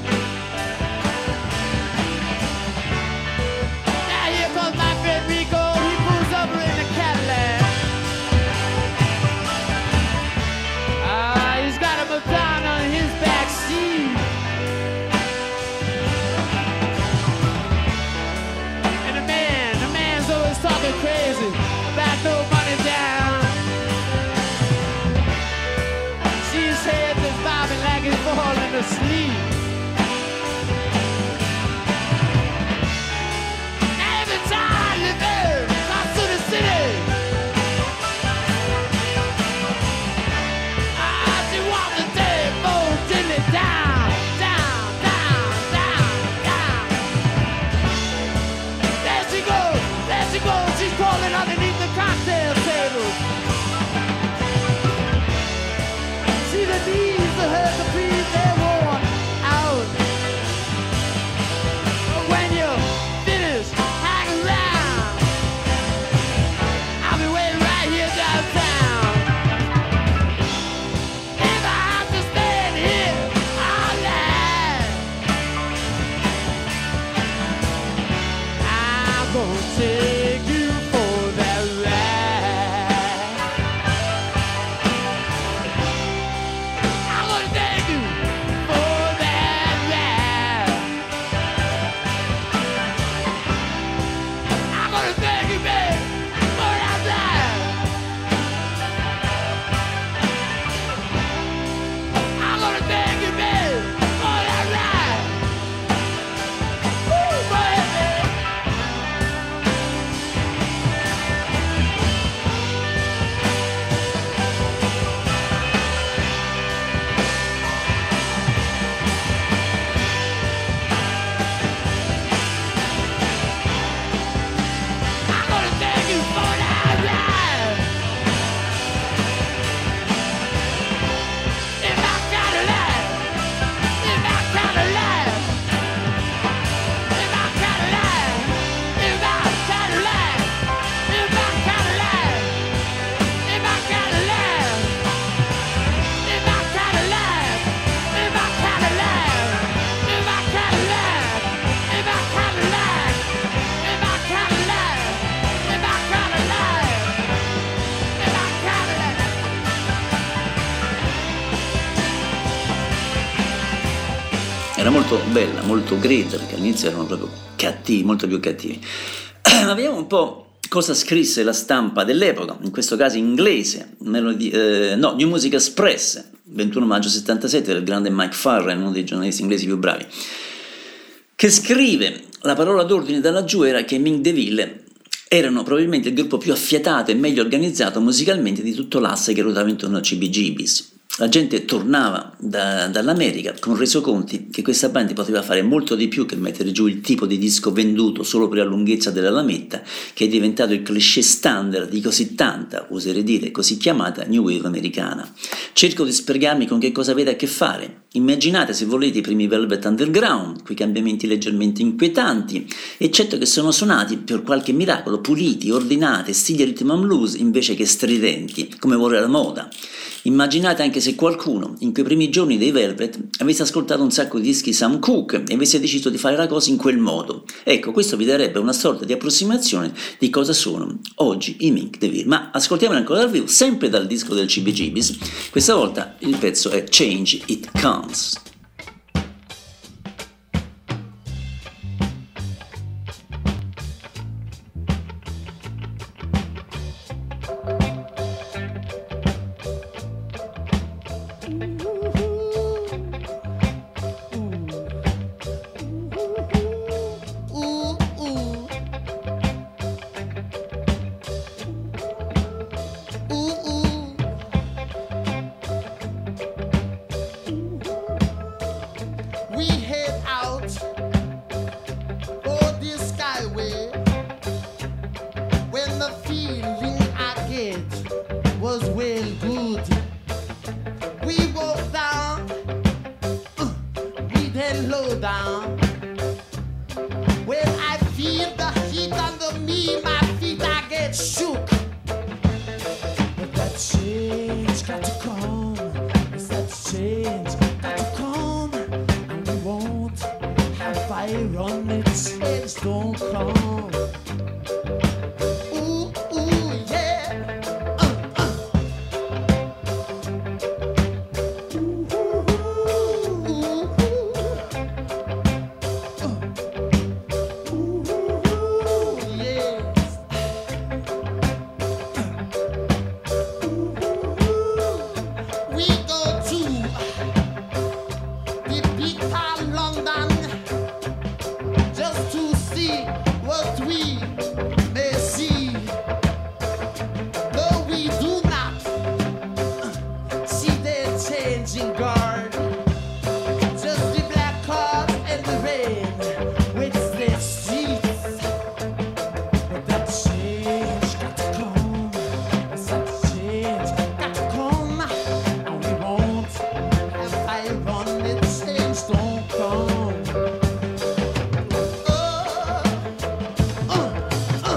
My friend Rico, he pulls over in the Cadillac. Ah, he's got a Madonna on his back seat. And the man, the man's always talking crazy about no money down. See his head that's bobbing like he's falling asleep. Era molto bella, molto grezza, perché all'inizio erano proprio cattivi, molto più cattivi. Ma vediamo un po' cosa scrisse la stampa dell'epoca, in questo caso inglese, Melody, eh, no, New Music Express, ventuno maggio settantasette, del grande Mike Farren, uno dei giornalisti inglesi più bravi, che scrive: la parola d'ordine da laggiù era che i Mink DeVille erano probabilmente il gruppo più affiatato e meglio organizzato musicalmente di tutto l'asse che ruotava intorno a C B G B's. La gente tornava da, dall'America con resoconti che questa band poteva fare molto di più che mettere giù il tipo di disco venduto solo per la lunghezza della lametta, che è diventato il cliché standard di così tanta, oserei dire, così chiamata New Wave americana. Cerco di spiegarmi con che cosa avete a che fare. Immaginate, se volete, i primi Velvet Underground, quei cambiamenti leggermente inquietanti, eccetto che sono suonati, per qualche miracolo, puliti, ordinati, stili rhythm and blues invece che stridenti, come vuole la moda. Immaginate anche se qualcuno, in quei primi giorni dei Velvet, avesse ascoltato un sacco di dischi Sam Cooke e avesse deciso di fare la cosa in quel modo. Ecco, questo vi darebbe una sorta di approssimazione di cosa sono oggi i Mink DeVille. Ma ascoltiamolo ancora dal vivo, sempre dal disco del C B G B's. Questa volta il pezzo è Change It Comes. Uh,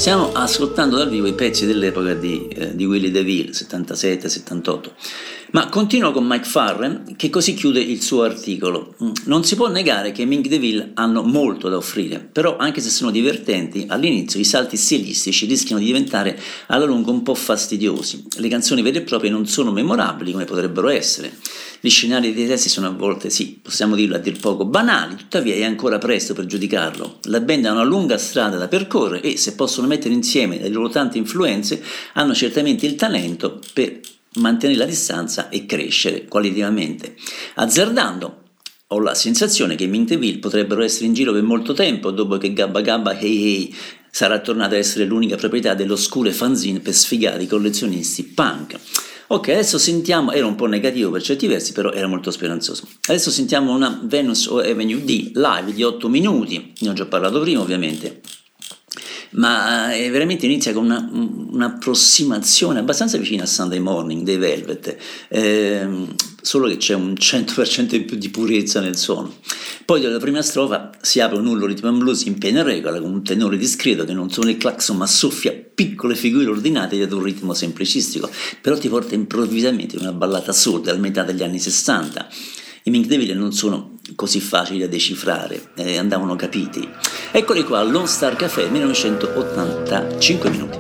Stiamo ascoltando dal vivo i pezzi dell'epoca di, eh, di Willie DeVille, settantasette settantotto. Ma continuo con Mike Farren, che così chiude il suo articolo. Non si può negare che i Mink DeVille hanno molto da offrire, però anche se sono divertenti, all'inizio i salti stilistici rischiano di diventare alla lunga un po' fastidiosi. Le canzoni vere e proprie non sono memorabili come potrebbero essere. Gli scenari dei testi sono a volte, sì, possiamo dirlo a dir poco, banali, tuttavia è ancora presto per giudicarlo. La band ha una lunga strada da percorrere e, se possono mettere insieme le loro tante influenze, hanno certamente il talento per mantenere la distanza e crescere qualitativamente. Azzardando, ho la sensazione che i Mink DeVille potrebbero essere in giro per molto tempo dopo che Gabba Gabba Hey Hey sarà tornata a essere l'unica proprietà dell'oscure fanzine per sfigati collezionisti punk. Ok, adesso sentiamo, era un po' negativo per certi versi, però era molto speranzoso. Adesso sentiamo una Venus Avenue D live di otto minuti, ne ho già parlato prima ovviamente, ma eh, veramente inizia con una, un'approssimazione abbastanza vicina a Sunday Morning dei Velvet, eh, solo che c'è un cento per cento in più di purezza nel suono. Poi dalla prima strofa si apre un ullo rhythm and blues in piena regola, con un tenore discreto che non suona il clacson ma soffia piccole figure ordinate ad un ritmo semplicistico, però ti porta improvvisamente in una ballata assurda al metà degli anni sessanta. I Mink DeVille non sono così facili da decifrare, eh, andavano capiti. Eccoli qua, Lone Star Café, millenovecentottanta, cinque minuti.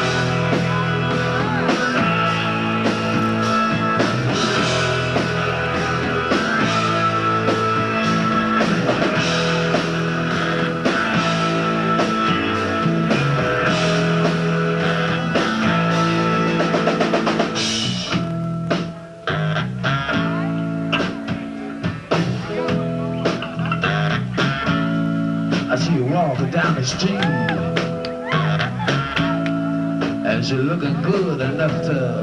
Down the street, and you're looking good enough to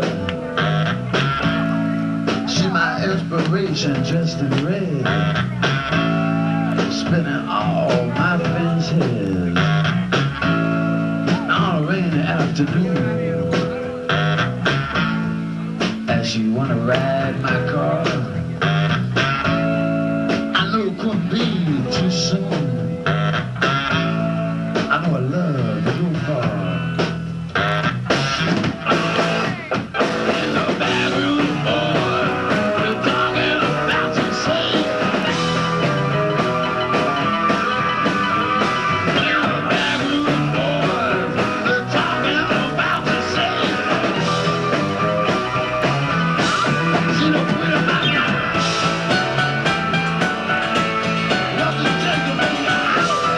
see my inspiration dressed in red, spinning all my fences on a rainy afternoon. As you wanna ride my car, I know it couldn't be too soon. I know I love to go far. In the back room, boy, they're talking about to say. In the back room, boy, they're talking about to say. See the queen of my life. Nothing taken me out.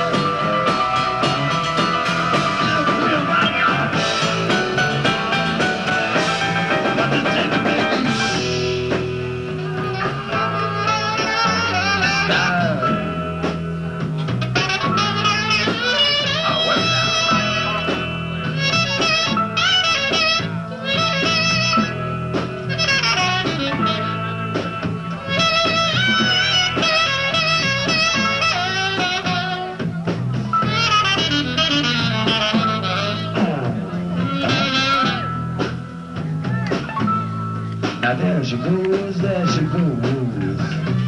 Now there she goes, there she goes,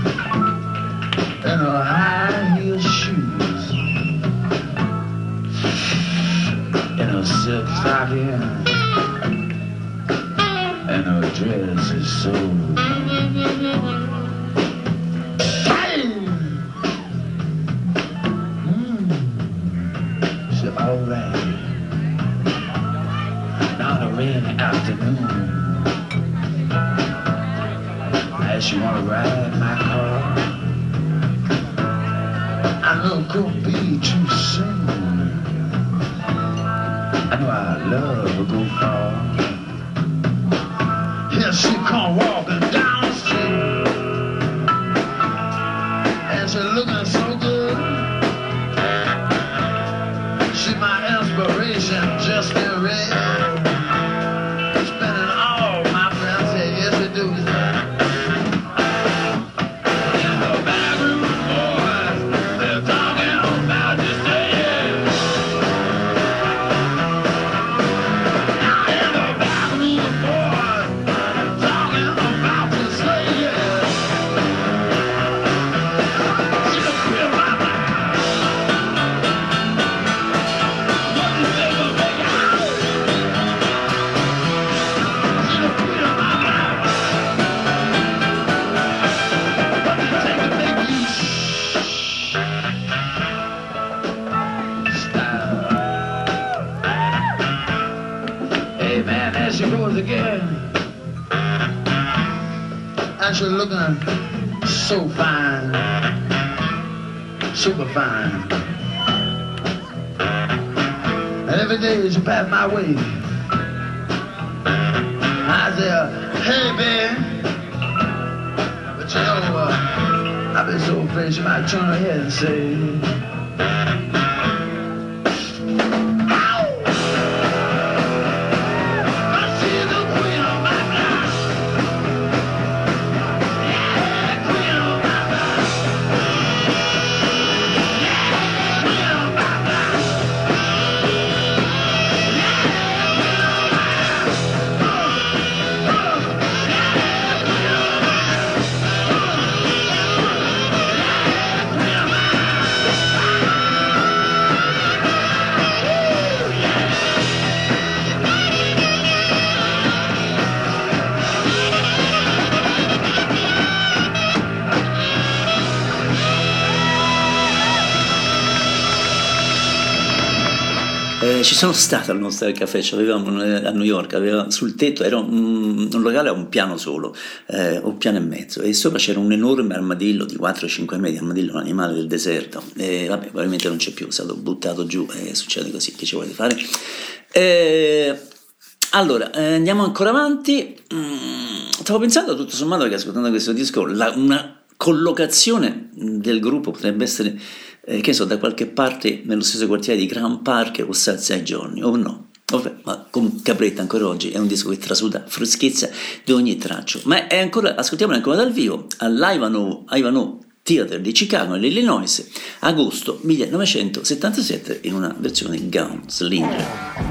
in her high heel shoes, in her silk stocking, and her dress is so tight. Mm. She's alright. Now the rainy afternoon, as you wanna ride my car, I know it could be too soon. I know our love will go far. Here she come walking down the street, and she looking so good. She my inspiration, just in red, spending all my friends say yes we do. About to say yeah. she goes again. And she's looking so fine, super fine. And every day she passed my way. I say, hey, babe. But you know, uh, I've been so afraid she might turn her head and say, ci sono stato al nostro caffè, cioè avevamo a New York, aveva sul tetto, era un, un locale a un piano solo, eh, un piano e mezzo, e sopra c'era un enorme armadillo di quattro cinque metri, armadillo, un animale del deserto, e vabbè, probabilmente non c'è più, è stato buttato giù, e succede così, che ci volete fare? E, allora, eh, andiamo ancora avanti. Mm, stavo pensando tutto sommato che ascoltando questo disco, la, una collocazione del gruppo potrebbe essere, eh, che so, da qualche parte nello stesso quartiere di Grant Park o Southside Journey, o no? Vabbè, ma con Capretta ancora oggi è un disco che trasuda freschezza di ogni traccio, ma è ancora, ascoltiamolo ancora dal vivo all'Ivanhoe Ivanhoe Theater di Chicago, nell'Illinois, agosto millenovecentosettantasette, in una versione Gunslinger.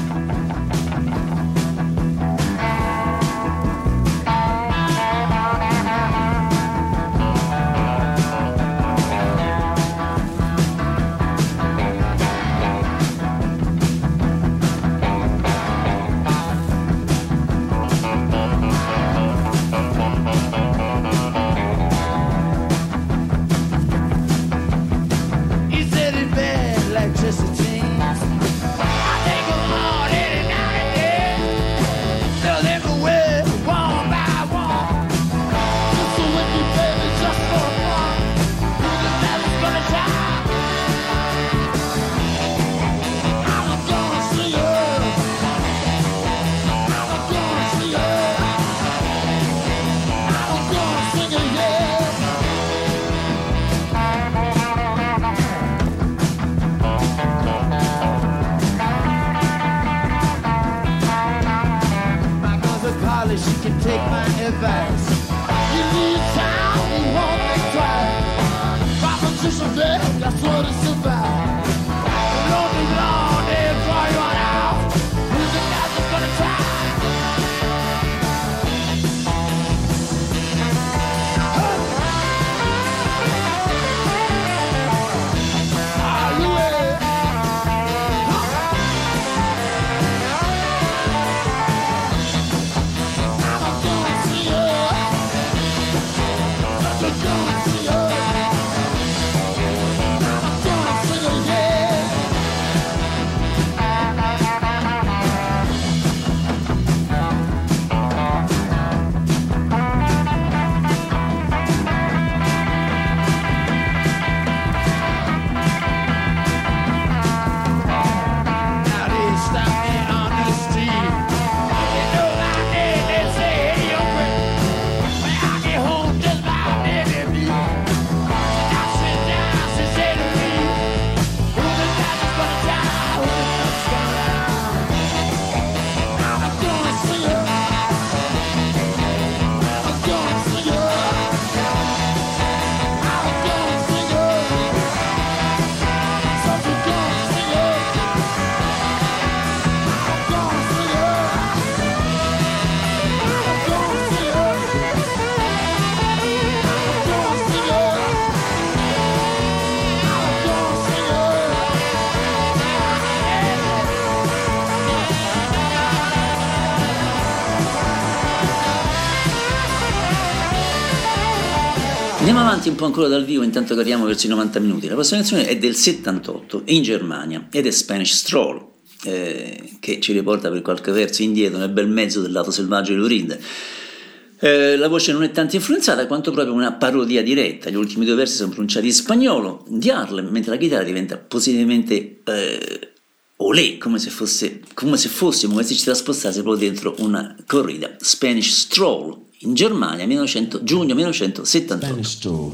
Andiamo avanti un po' ancora dal vivo, intanto che arriviamo verso i novanta minuti. La prossima canzone è del settantotto, in Germania, ed è Spanish Stroll. eh, che ci riporta per qualche verso indietro nel bel mezzo del lato selvaggio di Lou Reed. Eh, la voce non è tanto influenzata quanto proprio una parodia diretta. Gli ultimi due versi sono pronunciati in spagnolo di Harlem, mentre la chitarra diventa positivamente eh, olè, come se fosse come se fossimo, come se ci traspostasse proprio dentro una corrida. Spanish Stroll in Germania, millenovecento, giugno millenovecentosettantotto. Spanish Stroll.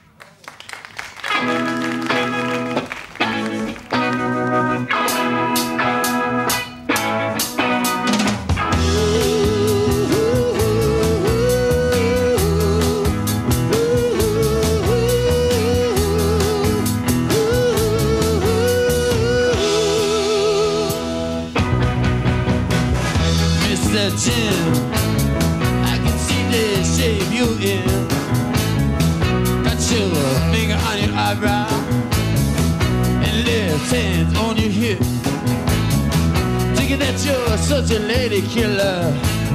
Jim, I can see the shape you in. Got your finger on your eyebrow and left hand on your hip. Thinking that you're such a lady killer.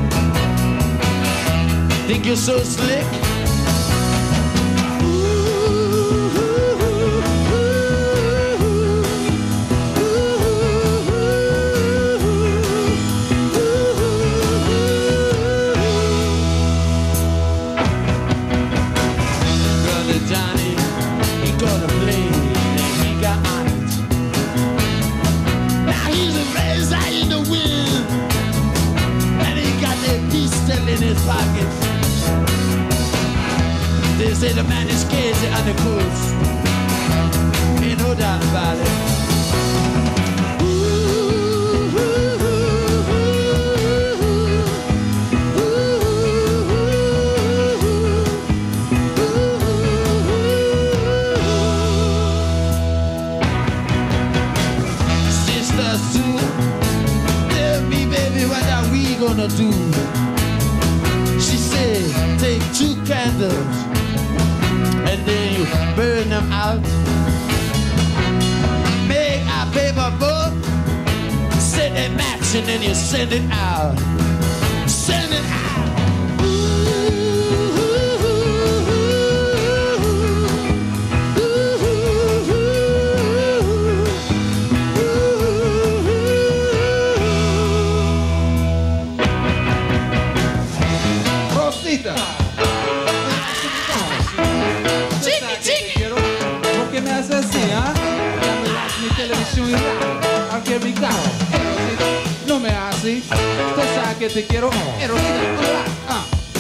Think you're so slick. In his pockets. They say the man is crazy on the coast. Ain't no doubt about it. Sister Sue, tell me baby what are we gonna do? She said, take two candles and then you burn them out. Make a paper book, set a match and then you send it out. Send it out. ¿Por qué me haces así, ah? Ya me das mi televisión y radio, aunque mi carro. No me hagas así, tú sabes que te quiero. Rosita, ah.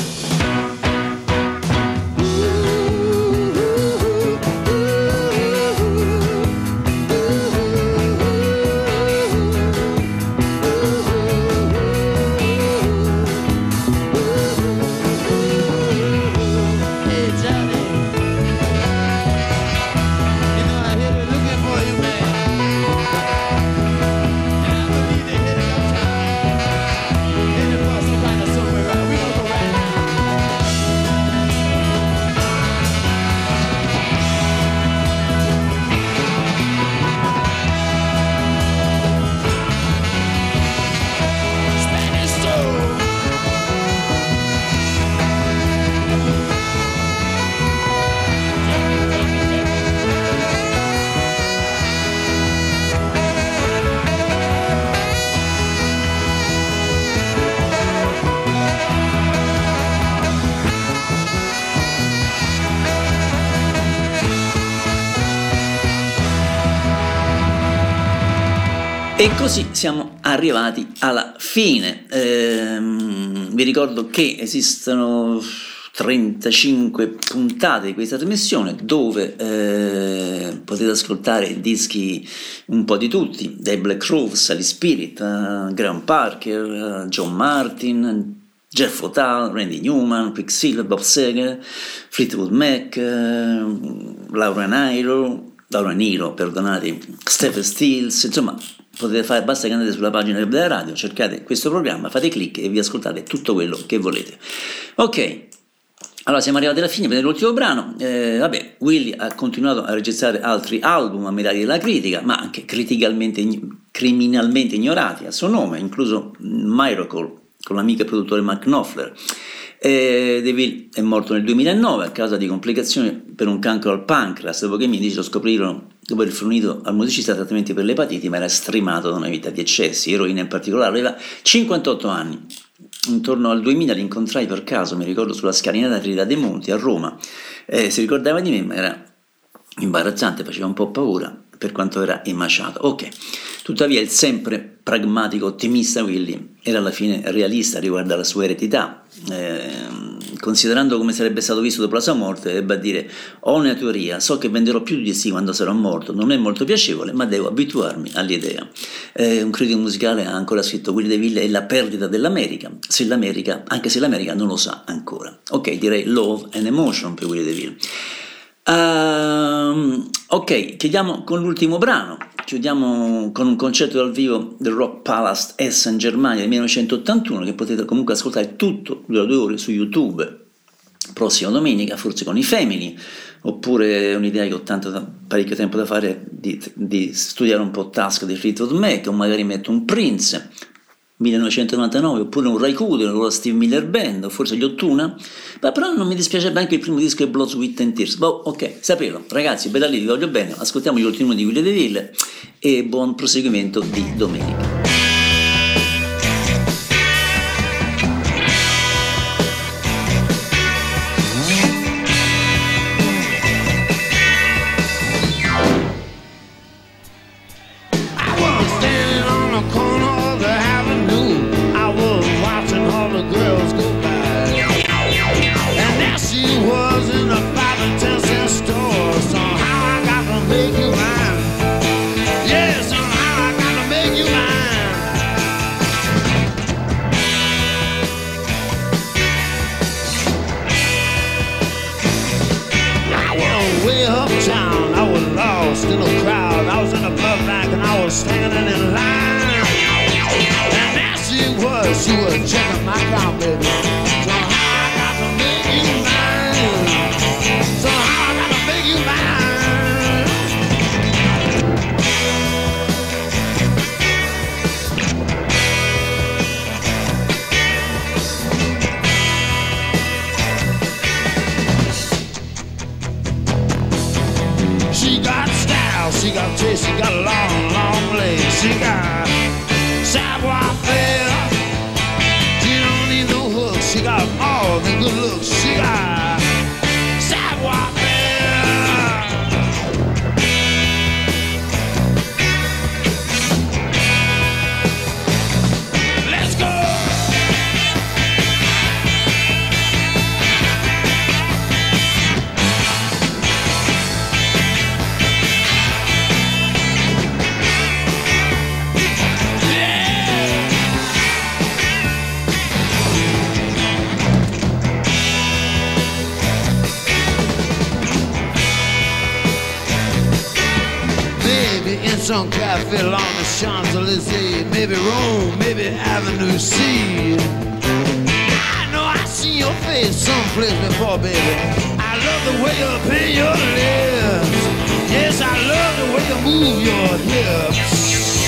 E così siamo arrivati alla fine. Ehm, vi ricordo che esistono trentacinque puntate di questa trasmissione dove eh, potete ascoltare dischi un po' di tutti, dai Black Crowes agli Spirit, uh, Graham Parker, uh, John Martin, Jeff O'Tal, Randy Newman, Quicksilver, Bob Seger, Fleetwood Mac, uh, Laura Nyro, Laura Niro, perdonate, Stephen Stills, insomma potete fare, basta che andate sulla pagina web della radio, cercate questo programma, fate clic e vi ascoltate tutto quello che volete. Ok, allora siamo arrivati alla fine per l'ultimo brano. Eh, vabbè, Willie ha continuato a registrare altri album ammirati della critica, ma anche criticalmente, criminalmente ignorati a suo nome, incluso Miracle con l'amico produttore Mark Knopfler. E DeVille è morto nel duemilanove a causa di complicazioni per un cancro al pancreas, dopo che i medici lo scoprirono dopo aver fornito al musicista trattamenti per l'epatite, ma era strimato da una vita di eccessi, eroina in particolare. Aveva cinquantotto anni. Intorno al duemila li incontrai per caso, mi ricordo, sulla scalinata di Rilà dei Monti a Roma. Eh, si ricordava di me, ma era imbarazzante, faceva un po' paura per quanto era emaciato. Ok, tuttavia il sempre pragmatico ottimista Willy era alla fine realista riguardo alla sua eredità, eh, considerando come sarebbe stato visto dopo la sua morte. Ebbe a dire: ho una teoria, so che venderò più di sì quando sarò morto, non è molto piacevole, ma devo abituarmi all'idea. Eh, un critico musicale ha ancora scritto: Willy DeVille è la perdita dell'America, se l'America, anche se l'America non lo sa ancora. Ok, direi Love and Emotion per Willy DeVille. Uh, ok, chiudiamo con l'ultimo brano, chiudiamo con un concerto dal vivo del Rock Palace Essen, Germania del millenovecentottantuno, che potete comunque ascoltare tutto, dura due ore su YouTube, prossima domenica, forse con i Family, oppure un'idea che ho tanto da, parecchio tempo da fare, di, di studiare un po' Task di Fleetwood Mac, o magari metto un Prince millenovecentonovantanove, oppure un Ray Cooder, o la Steve Miller Band, o forse gli Ottuna, ma però non mi dispiacerebbe anche il primo disco è Blood, Sweat and Tears. Boh, ok, sapelo, ragazzi, bella lì, vi voglio bene, ascoltiamo gli ultimi di Willy DeVille e buon proseguimento di domenica. In a crowd, I was in a blood bank and I was standing in line. And there she was, she was checking my count, baby. So how I got to make you mine? So how I got to make you mine? She got style, she got taste, she got long, long legs. She got savoir faire, she don't need no hooks. She got all the good looks. She got savoir faire. Let's go. Some cafe along the Champs-Élysées, maybe Rome, maybe Avenue C. I know I see your face someplace before, baby. I love the way you pin your lips. Yes, I love the way you move your hips.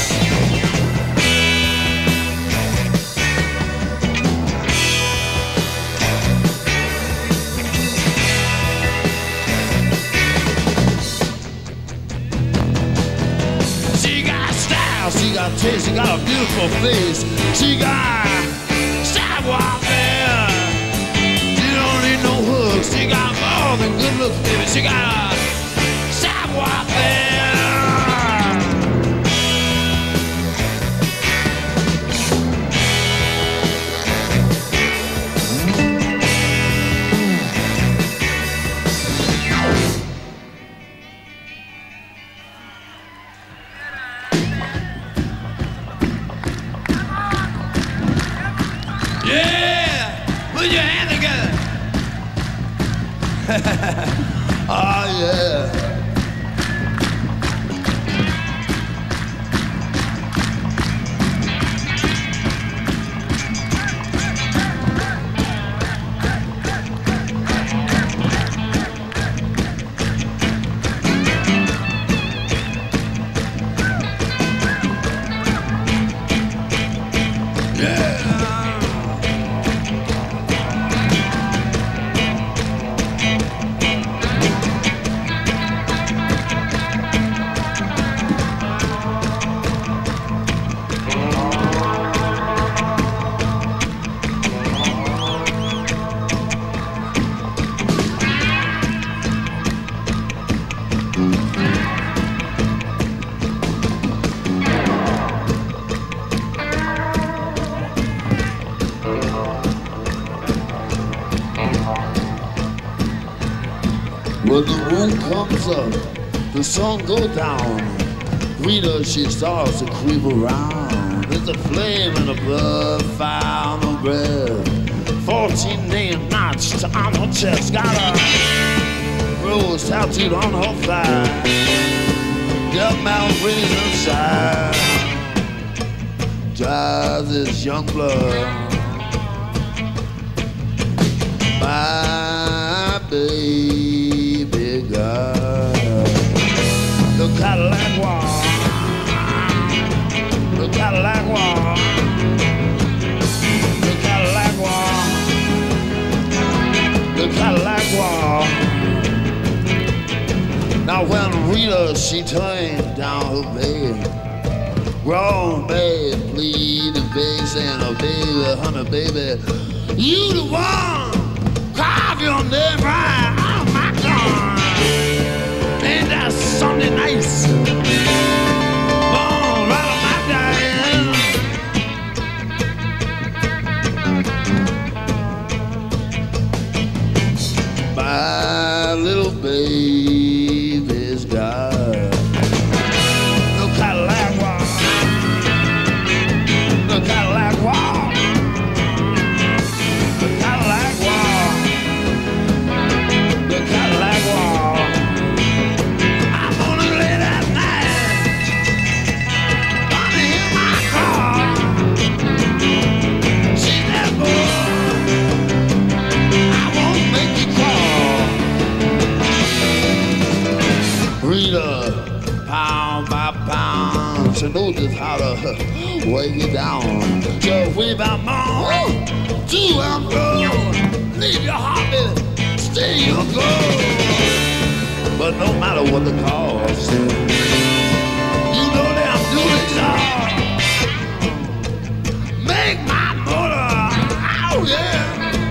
She got taste, she got a beautiful face. She got savoir faire. She don't need no hooks. She got more than good looks, baby. She got a savoir faire. Oh yeah. moon comes up, the sun goes down. Rita, she starts to creep around. There's a flame in the blood, fire on the breath. Fourteen name notched on her chest. Got a rose tattooed on her thigh. Death mouth rings inside. Drives this young blood. My baby girl. The Cadillac wall. The Cadillac wall. The Cadillac wall. The Cadillac wall. Now when Rita, she turned down her bed, grown babe, pleading, beg, saying, oh baby, honey, baby, you the one, carve your name right, oh my God, ain't that something nice? Born right on my dime. My little baby's got the Cadillac wall, the Cadillac wall, the Cadillac wall, the Cadillac wall. I'm gonna lay that night, gonna hear my car. She's that boy, I won't make you crawl. Rita, pound by pound, she knows just how to weigh you down. Just way by mom, to and fro, leave your heartbeat, stay your goal. But no matter what the cost, you know them duties are. Make my motor, oh yeah.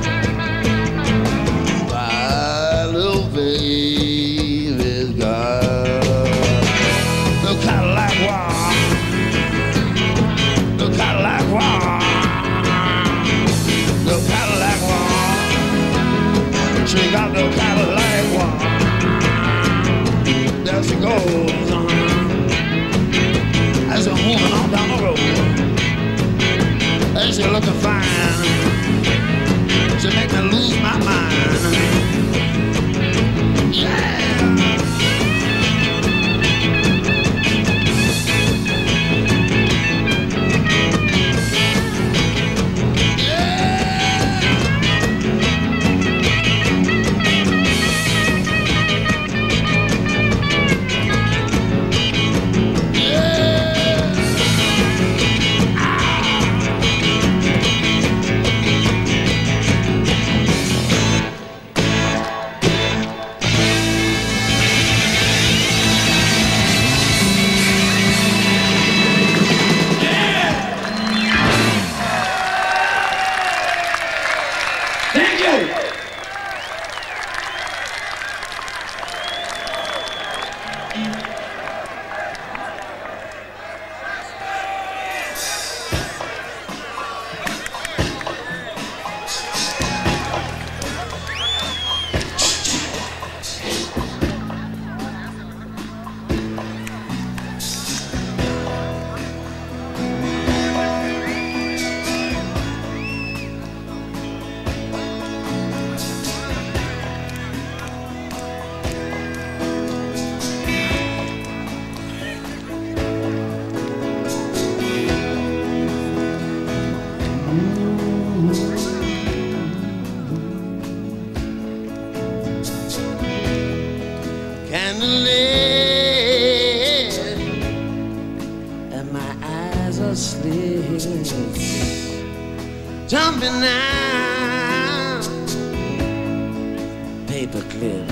My little baby's got the Cadillac wall, the Cadillac wall, the Cadillac wall. She got the Cadillac wall. There she goes, uh-huh. As I'm moving on down the road, and she looking fine. She make me lose my mind. Yeah. And my eyes are slits, jumping out, paperclip.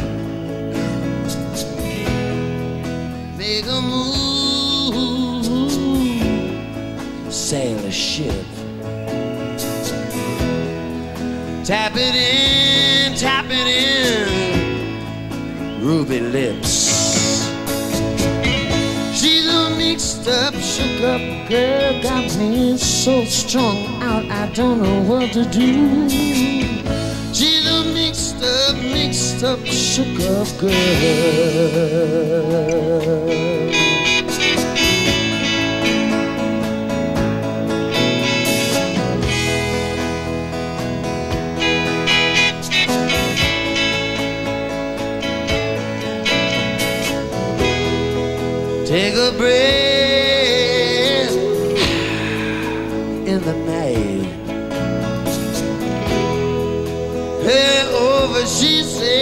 Make a move, sail a ship. Tap it in, tap it in, ruby lips. She's a mixed up, shook up girl, got me so strung out I don't know what to do. She's a a mixed up, mixed up, shook up girl. Take a breath in the night. Hey, over, she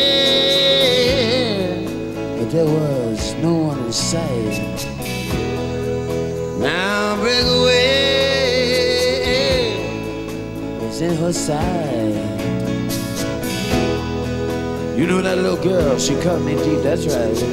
said, but there was no one in sight. Now breakaway was in her side. You know that little girl, she cut me deep, that's right.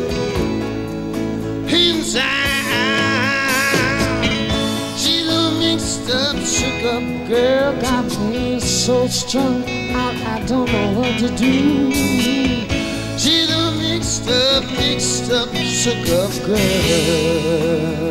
Inside, she's a mixed up, shook up girl, got me so strung out, I don't know what to do. She's a mixed up, mixed up, shook up girl.